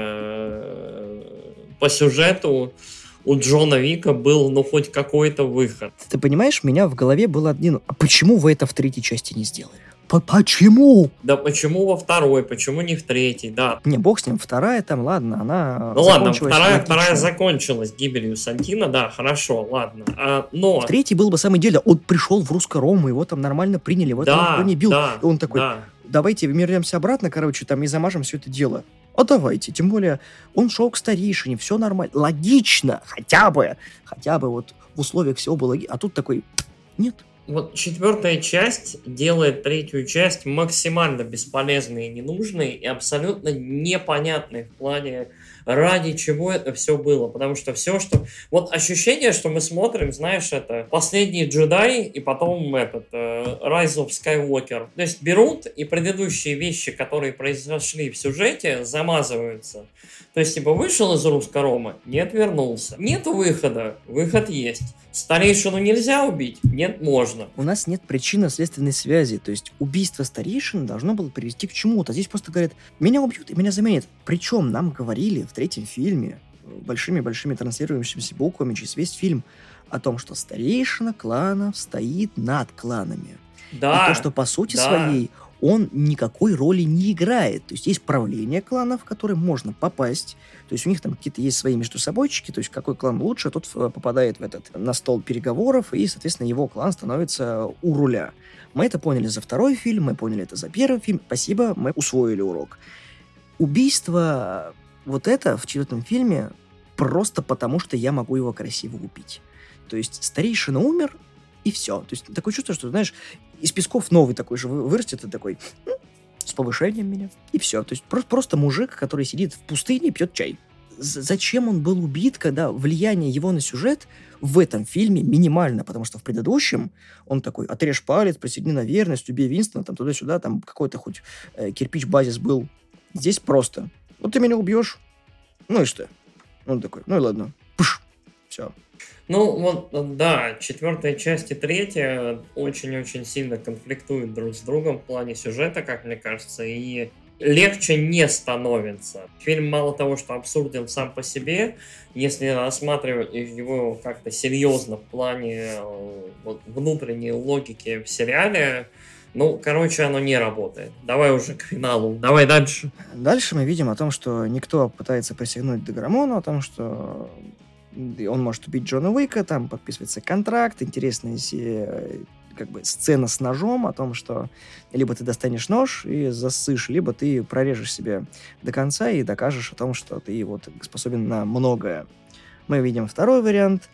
по сюжету у Джона Уика был, ну, хоть какой-то выход. Ты понимаешь, у меня в голове был один... А почему вы это в 3-й части не сделали? Почему? Да почему во 2-й, почему не в 3-й, да. Не, бог с ним, 2-я там, ладно, она ну ладно, закончилась. вторая закончилась гибелью Сантино, да, хорошо, ладно. Но... В 3-й был бы самый дело, он пришел в Русско-Рому, его там нормально приняли, его там никто не бил. И он такой, давайте вернемся обратно, короче, там и замажем все это дело. А давайте, тем более, он шел к старейшине, все нормально, логично, хотя бы вот в условиях всего было, а тут такой, нет. Вот 4-я часть делает 3-ю часть максимально бесполезной и ненужной, и абсолютно непонятной в плане, ради чего это все было. Потому что все, что... Вот ощущение, что мы смотрим, знаешь, это «Последний джедай» и потом «Rise of Skywalker». То есть берут и предыдущие вещи, которые произошли в сюжете, замазываются. То есть, типа, вышел из Русско-Рома, нет, вернулся. Нет выхода, выход есть. Старейшину нельзя убить? Нет, можно. У нас нет причинно-следственной связи. То есть убийство старейшины должно было привести к чему-то. Здесь просто говорят, меня убьют и меня заменят. Причем нам говорили в третьем фильме большими-большими транслирующимися буквами через весь фильм о том, что старейшина кланов стоит над кланами. Да. И то, что по сути своей он никакой роли не играет. То есть есть правление кланов, в которые можно попасть. То есть у них там какие-то есть свои между собойчики. То есть какой клан лучше, тот попадает на стол переговоров, и, соответственно, его клан становится у руля. Мы это поняли за второй фильм, мы поняли это за первый фильм. Спасибо, мы усвоили урок. Убийство вот это в четвертом фильме просто потому, что я могу его красиво убить. То есть старейшина умер, и все. То есть такое чувство, что, знаешь, из песков новый такой же вырастет, и такой с повышением меня, и все. То есть просто мужик, который сидит в пустыне и пьет чай. Зачем он был убит, когда влияние его на сюжет в этом фильме минимально, потому что в предыдущем он такой: отрежь палец, присягни на верность, убей Винстона, там туда-сюда, там какой-то хоть кирпич-базис был. Здесь просто: вот ты меня убьешь, ну и что? Он такой: ну и ладно, пш, все. Ну, вот, да, 4-я часть и 3-я очень-очень сильно конфликтуют друг с другом в плане сюжета, как мне кажется, и легче не становится. Фильм мало того, что абсурден сам по себе, если рассматривать его как-то серьезно в плане вот, внутренней логики в сериале, ну, короче, оно не работает. Давай уже к финалу, давай дальше. Дальше мы видим о том, что никто пытается присягнуть Деграмону, о том, что он может убить Джона Уика, там подписывается контракт, интересная как бы сцена с ножом о том, что либо ты достанешь нож и засышь, либо ты прорежешь себе до конца и докажешь о том, что ты вот способен на многое. Мы видим второй вариант,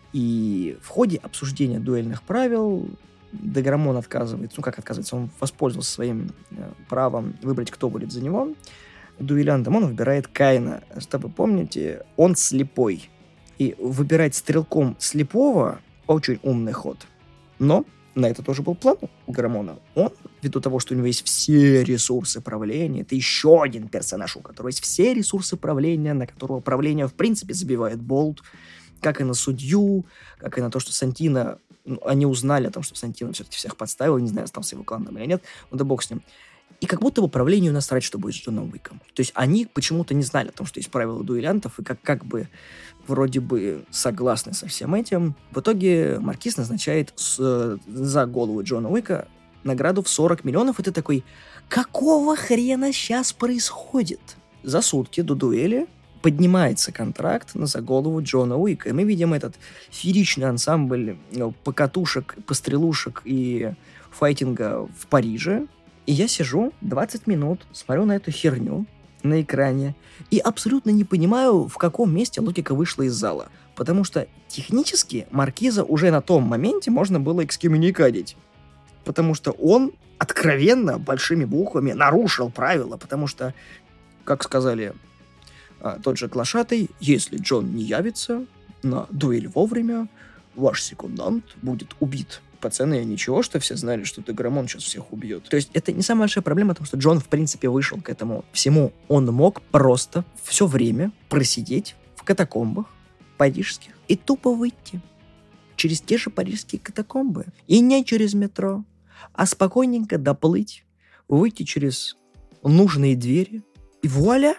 и в ходе обсуждения дуэльных правил Деграмон отказывается, ну как отказывается, он воспользовался своим правом выбрать, кто будет за него. Дуэлянтом он выбирает Каина. Что вы помните, он слепой. И выбирать стрелком слепого — очень умный ход. Но на это тоже был план у Деграмона. Он, ввиду того, что у него есть все ресурсы правления, это еще один персонаж, у которого есть все ресурсы правления, на которого правление в принципе забивает болт, как и на судью, как и на то, что Сантино... Ну, они узнали о том, что Сантино все-таки всех подставил, не знаю, остался его кланом или нет, ну да бог с ним. И как будто бы правлению насрать, что будет с Джоном Уиком. То есть они почему-то не знали о том, что есть правила дуэлянтов, и как бы вроде бы согласны со всем этим. В итоге Маркиз назначает за голову Джона Уика награду в 40 миллионов, и ты такой: какого хрена сейчас происходит? За сутки до дуэли поднимается контракт за голову Джона Уика, и мы видим этот фееричный ансамбль покатушек, пострелушек и файтинга в Париже. И я сижу 20 минут, смотрю на эту херню на экране и абсолютно не понимаю, в каком месте логика вышла из зала. Потому что технически Маркиза уже на том моменте можно было экскоммуникадить. Потому что он откровенно большими буквами нарушил правила. Потому что, как сказали тот же Глашатый, если Джон не явится на дуэль вовремя, ваш секундант будет убит. Пацаны, ничего, что все знали, что Деграмон сейчас всех убьет. То есть это не самая большая проблема, потому что Джон, в принципе, вышел к этому всему. Он мог просто все время просидеть в катакомбах парижских и тупо выйти через те же парижские катакомбы. И не через метро, а спокойненько доплыть, выйти через нужные двери, и вуаля!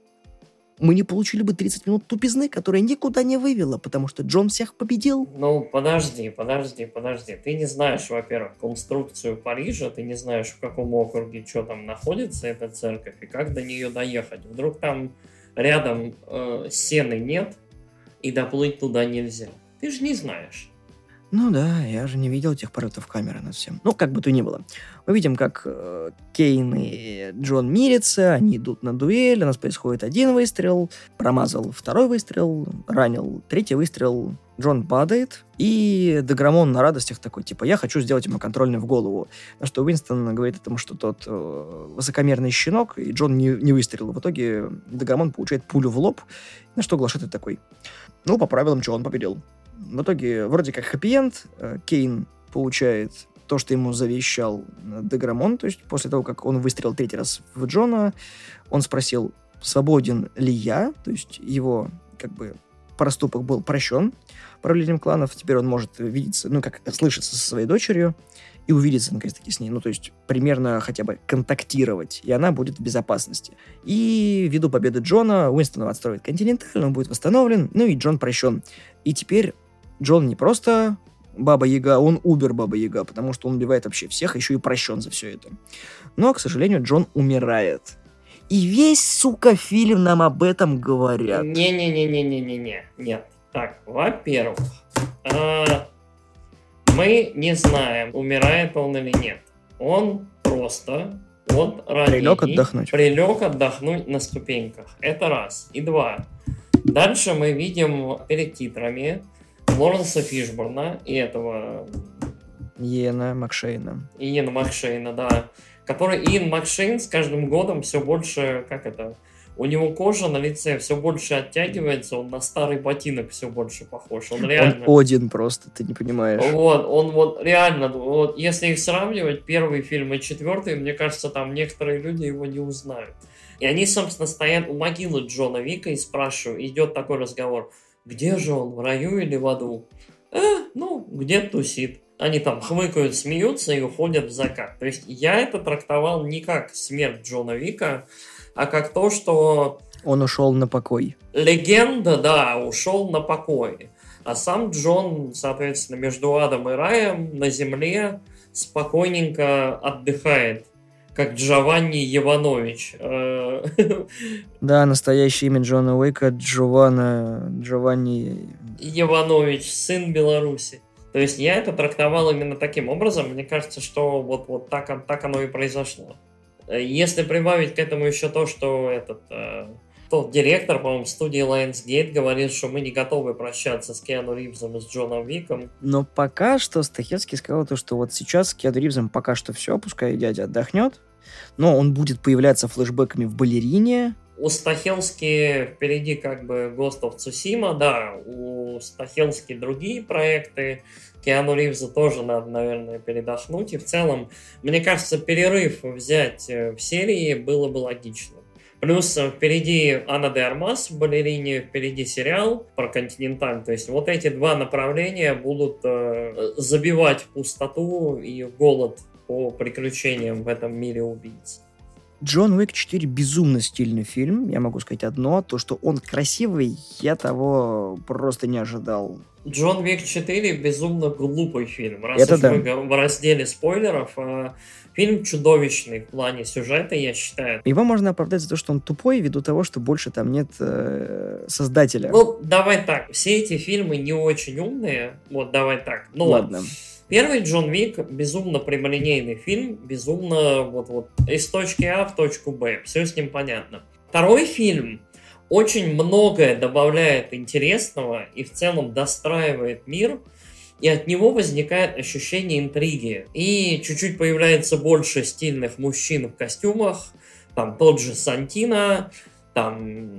Мы не получили бы 30 минут тупизны, которая никуда не вывела, потому что Джон всех победил. Ну, подожди. Ты не знаешь, во-первых, конструкцию Парижа, ты не знаешь, в каком округе, что там находится эта церковь, и как до нее доехать. Вдруг там рядом сены нет, и доплыть туда нельзя. Ты же не знаешь. Ну да, я же не видел тех полетов камеры над всем. Ну, как бы то ни было. Мы видим, как Кейн и Джон мирятся, они идут на дуэль, у нас происходит один выстрел, промазал второй выстрел, ранил третий выстрел, Джон падает, и Деграмон на радостях такой, типа, я хочу сделать ему контрольный в голову. На что Уинстон говорит этому, что тот высокомерный щенок, и Джон не выстрелил. В итоге Деграмон получает пулю в лоб, на что Глашатый такой: ну, по правилам, Джон победил. В итоге, вроде как хэппи-энд, Кейн получает то, что ему завещал Деграмон, то есть после того, как он выстрелил третий раз в Джона, он спросил, свободен ли я, то есть его как бы проступок был прощен правлением кланов, теперь он может видеться, слышаться со своей дочерью и увидеться, наконец-таки, с ней. То есть, примерно хотя бы контактировать, и она будет в безопасности. И ввиду победы Джона, Уинстон отстроит Континенталь, он будет восстановлен, и Джон прощен. И теперь Джон не просто Баба-Яга, он Убер-Баба-Яга, потому что он убивает вообще всех, еще и прощен за все это. Но, к сожалению, Джон умирает. И весь, сука, фильм нам об этом говорят. Не-не-не-не-не-не-не. Нет. Так, во-первых, мы не знаем, умирает он или нет. Он просто от ранений прилег отдохнуть на ступеньках. Это раз. И два. Дальше мы видим перед титрами Лоренса Фишборна и этого... Иэна Макшейна, да. Иэн Макшейн с каждым годом все больше, у него кожа на лице все больше оттягивается, он на старый ботинок все больше похож. Он реально... Он Один просто, ты не понимаешь. Он реально, если их сравнивать, первый фильм и четвертый, мне кажется, там некоторые люди его не узнают. И они, собственно, стоят у могилы Джона Вика и спрашивают, идет такой разговор, где же он, в раю или в аду? Где тусит. Они там хмыкают, смеются и уходят в закат. То есть я это трактовал не как смерть Джона Вика, а как то, что... Он ушел на покой. Легенда, да, ушел на покой. А сам Джон, соответственно, между адом и раем на земле спокойненько отдыхает. Как Джованни Иванович. Да, настоящее имя Джона Уика Джованни Иванович, сын Беларуси. То есть я это трактовал именно таким образом. Мне кажется, что вот так оно и произошло. Если прибавить к этому еще то, что тот директор, по-моему, студии Lionsgate говорил, что мы не готовы прощаться с Киану Ривзом и с Джоном Виком. Но пока что Стахевский сказал то, что вот сейчас с Киану Ривзом пока что все, пускай дядя отдохнет, но он будет появляться флешбэками в «Балерине». У Стахелски впереди Ghost of Tsushima, да, у Стахелски другие проекты, Киану Ривзу тоже надо, наверное, передохнуть, и в целом, мне кажется, перерыв взять в серии было бы логично. Плюс впереди Анна де Армас в «Балерине», впереди сериал про Континенталь, то есть вот эти два направления будут забивать пустоту и голод по приключениям в этом мире убийц. Джон Уик 4 безумно стильный фильм. Я могу сказать одно, то, что он красивый, я того просто не ожидал. Джон Уик 4 безумно глупый фильм. Раз уж мы в разделе спойлеров, фильм чудовищный в плане сюжета, я считаю. Его можно оправдать за то, что он тупой, ввиду того, что больше там нет создателя. Давай так. Все эти фильмы не очень умные. Давай так. Ладно. Первый Джон Уик безумно прямолинейный фильм, безумно из точки А в точку Б. Все с ним понятно. Второй фильм очень многое добавляет интересного и в целом достраивает мир, и от него возникает ощущение интриги. И чуть-чуть появляется больше стильных мужчин в костюмах, там тот же Сантино, там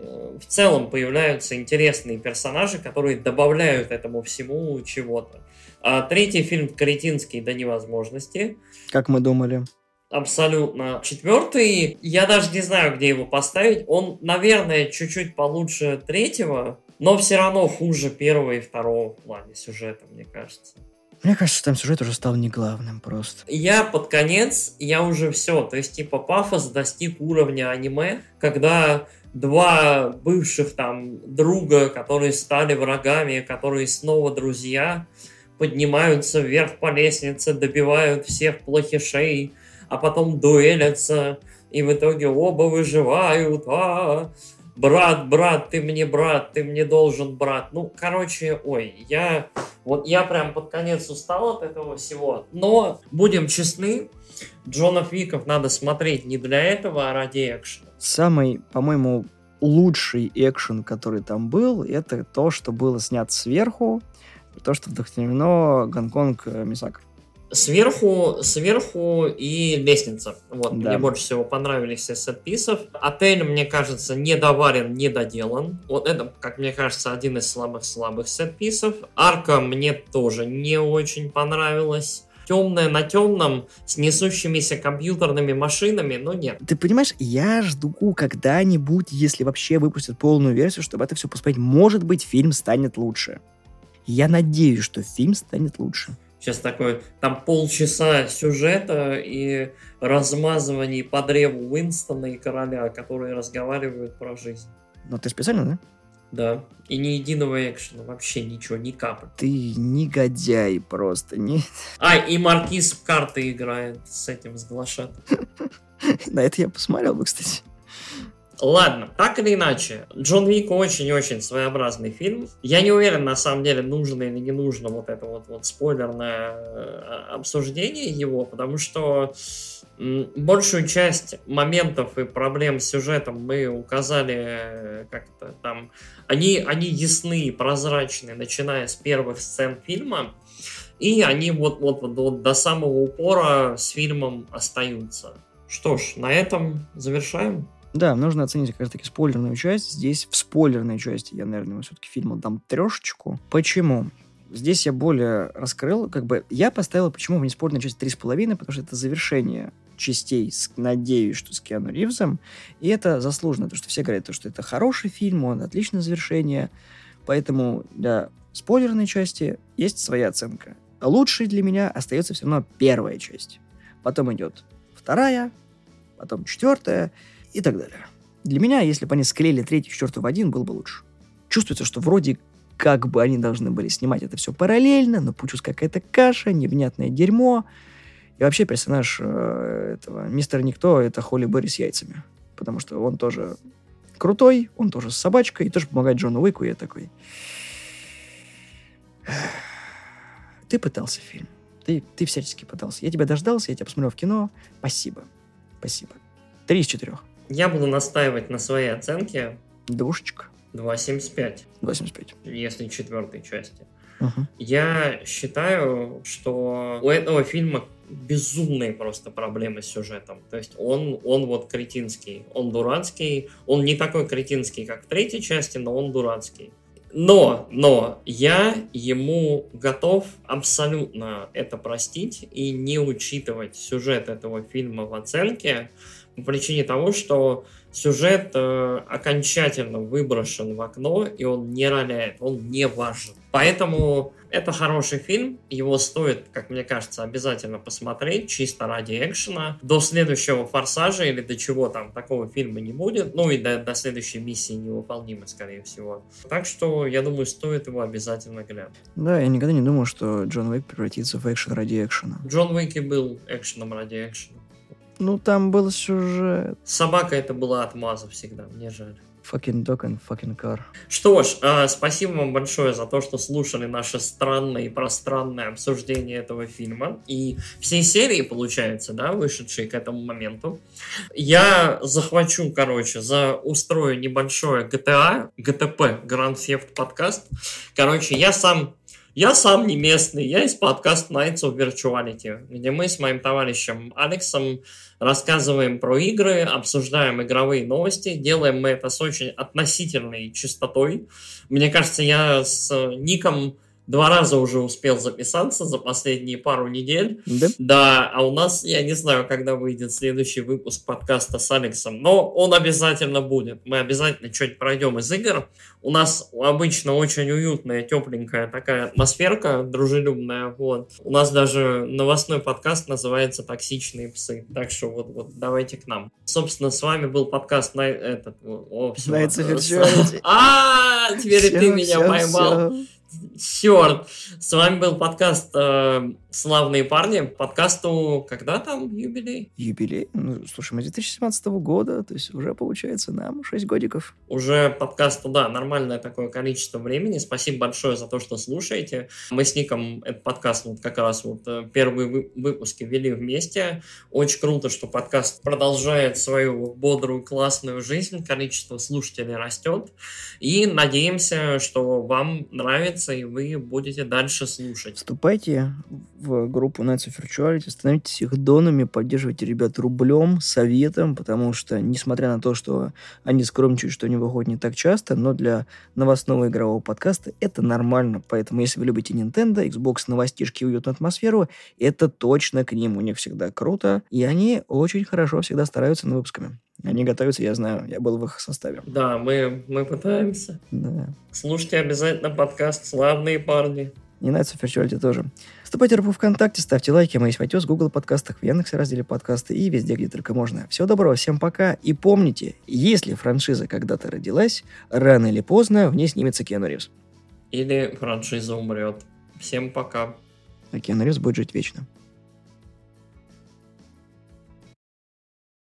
в целом появляются интересные персонажи, которые добавляют этому всему чего-то. А третий фильм кретинский до невозможности. Как мы думали. Абсолютно. Четвертый, я даже не знаю, где его поставить. Он, наверное, чуть-чуть получше третьего, но все равно хуже первого и второго в плане сюжета, мне кажется. Мне кажется, там сюжет уже стал не главным просто. Я под конец, я уже все. То есть, пафос достиг уровня аниме, когда два бывших там друга, которые стали врагами, которые снова друзья, поднимаются вверх по лестнице, добивают всех плохишей, а потом дуэлятся, и в итоге оба выживают. Брат, ты мне должен, брат. Я прям под конец устал от этого всего. Но, будем честны, Джонов Виков надо смотреть не для этого, а ради экшена. Самый, по-моему, лучший экшен, который там был, это то, что было снято сверху, то, что вдохновлено Гонконг Мисака. Сверху и лестница. Да. Мне больше всего понравились из сет-писов. Отель, мне кажется, недоварен, недоделан. Это, как мне кажется, один из слабых сет-писов. Арка мне тоже не очень понравилась. темное на темном с несущимися компьютерными машинами, но нет. Ты понимаешь, я жду когда-нибудь, если вообще выпустят полную версию, чтобы это все посмотреть. Может быть, фильм станет лучше. Я надеюсь, что фильм станет лучше. Сейчас такое, там полчаса сюжета и размазываний по древу Уинстона и короля, которые разговаривают про жизнь. Но ты специально, да? Да. И ни единого экшена, вообще ничего, ни капли. Ты негодяй просто. Не... И Маркиз в карты играет с этим, с глашатым. На это я посмотрел бы, кстати. Ладно, так или иначе, Джон Уик очень-очень своеобразный фильм. Я не уверен, на самом деле, нужно или не нужно вот это вот спойлерное обсуждение его, потому что большую часть моментов и проблем с сюжетом мы указали как-то там. Они ясны и прозрачны, начиная с первых сцен фильма, и они вот до самого упора с фильмом остаются. Что ж, на этом завершаем. Да, нужно оценить как раз-таки спойлерную часть. Здесь в спойлерной части я, наверное, все-таки фильму дам 3. Почему? Здесь я более раскрыл, я поставил, почему в неспойлерной части 3,5, потому что это завершение частей, надеюсь, что с Киану Ривзом, и это заслуженно, потому что все говорят, что это хороший фильм, он отличное завершение, поэтому для спойлерной части есть своя оценка. Лучшей для меня остается все равно первая часть. Потом идет 2, потом 4 и так далее. Для меня, если бы они склеили 3 и 4 в один, было бы лучше. Чувствуется, что вроде как бы они должны были снимать это все параллельно, но получилась какая-то каша, невнятное дерьмо. И вообще персонаж этого мистера Никто — это Холли Берри с яйцами. Потому что он тоже крутой, он тоже с собачкой, и тоже помогает Джону Уику. И я такой... Ты пытался, фильм. Ты всячески пытался. Я тебя дождался, я тебя посмотрел в кино. Спасибо. 3 из 4. Я буду настаивать на своей оценке. 2. 2,75. 2,75. Если 4 части. Угу. Я считаю, что у этого фильма безумные просто проблемы с сюжетом. То есть он вот кретинский, он дурацкий. Он не такой кретинский, как в 3 части, но он дурацкий. Но я ему готов абсолютно это простить и не учитывать сюжет этого фильма в оценке по причине того, что сюжет окончательно выброшен в окно, и он не роляет, он не важен. Поэтому это хороший фильм, его стоит, как мне кажется, обязательно посмотреть, чисто ради экшена. До следующего «Форсажа» или до чего там такого фильма не будет, и до следующей миссии невыполнимой, скорее всего. Так что, я думаю, стоит его обязательно глянуть. Да, я никогда не думал, что Джон Уик превратится в экшен ради экшена. Джон Уик и был экшеном ради экшена. Там был сюжет. Собака это была отмаза всегда, мне жаль. Fucking dog and fucking car. Что ж, спасибо вам большое за то, что слушали наше странное и пространное обсуждение этого фильма. И всей серии, получается, да, вышедшей к этому моменту. Я захвачу, устрою небольшое GTP, Grand Theft Podcast. Я сам не местный, я из подкаста Nights of Virtuality, где мы с моим товарищем Алексом рассказываем про игры, обсуждаем игровые новости, делаем мы это с очень относительной частотой. Мне кажется, я с ником 2 раза уже успел записаться за последние пару недель. Да, а у нас, я не знаю, когда выйдет следующий выпуск подкаста с Алексом, но он обязательно будет. Мы обязательно что-нибудь пройдем из игр. У нас обычно очень уютная, тепленькая такая атмосферка, дружелюбная. Вот. У нас даже новостной подкаст называется «Токсичные псы». Так что вот давайте к нам. Собственно, с вами был подкаст Nights of Virtuality. Теперь ты меня поймал. Черт! С вами был подкаст «Славные парни». Подкасту когда там юбилей? Юбилей? Слушай, мы 2017 года, то есть уже получается нам 6 годиков. Уже подкасту, да, нормальное такое количество времени. Спасибо большое за то, что слушаете. Мы с Ником этот подкаст как раз первые выпуски вели вместе. Очень круто, что подкаст продолжает свою бодрую, классную жизнь. Количество слушателей растет. И надеемся, что вам нравится понравится, и вы будете дальше слушать. Вступайте в группу Nights of Virtuality, становитесь их донами, поддерживайте ребят рублем, советом, потому что, несмотря на то, что они скромничают, что они выходят не так часто, но для новостного игрового подкаста это нормально. Поэтому, если вы любите Nintendo, Xbox, новостишки и уютную атмосферу, это точно к ним. У них всегда круто, и они очень хорошо всегда стараются над выпусками. Они готовятся, я знаю, я был в их составе. Да, мы пытаемся. Да. Слушайте обязательно подкаст «Славные парни». И Nights of Virtuality тоже. Вступайте в группу ВКонтакте, ставьте лайки, мы есть в iTunes, Google подкастах, в Яндексе разделе подкасты и везде, где только можно. Всего доброго, всем пока. И помните, если франшиза когда-то родилась, рано или поздно в ней снимется Киану Ривз. Или франшиза умрет. Всем пока. А Киану Ривз будет жить вечно.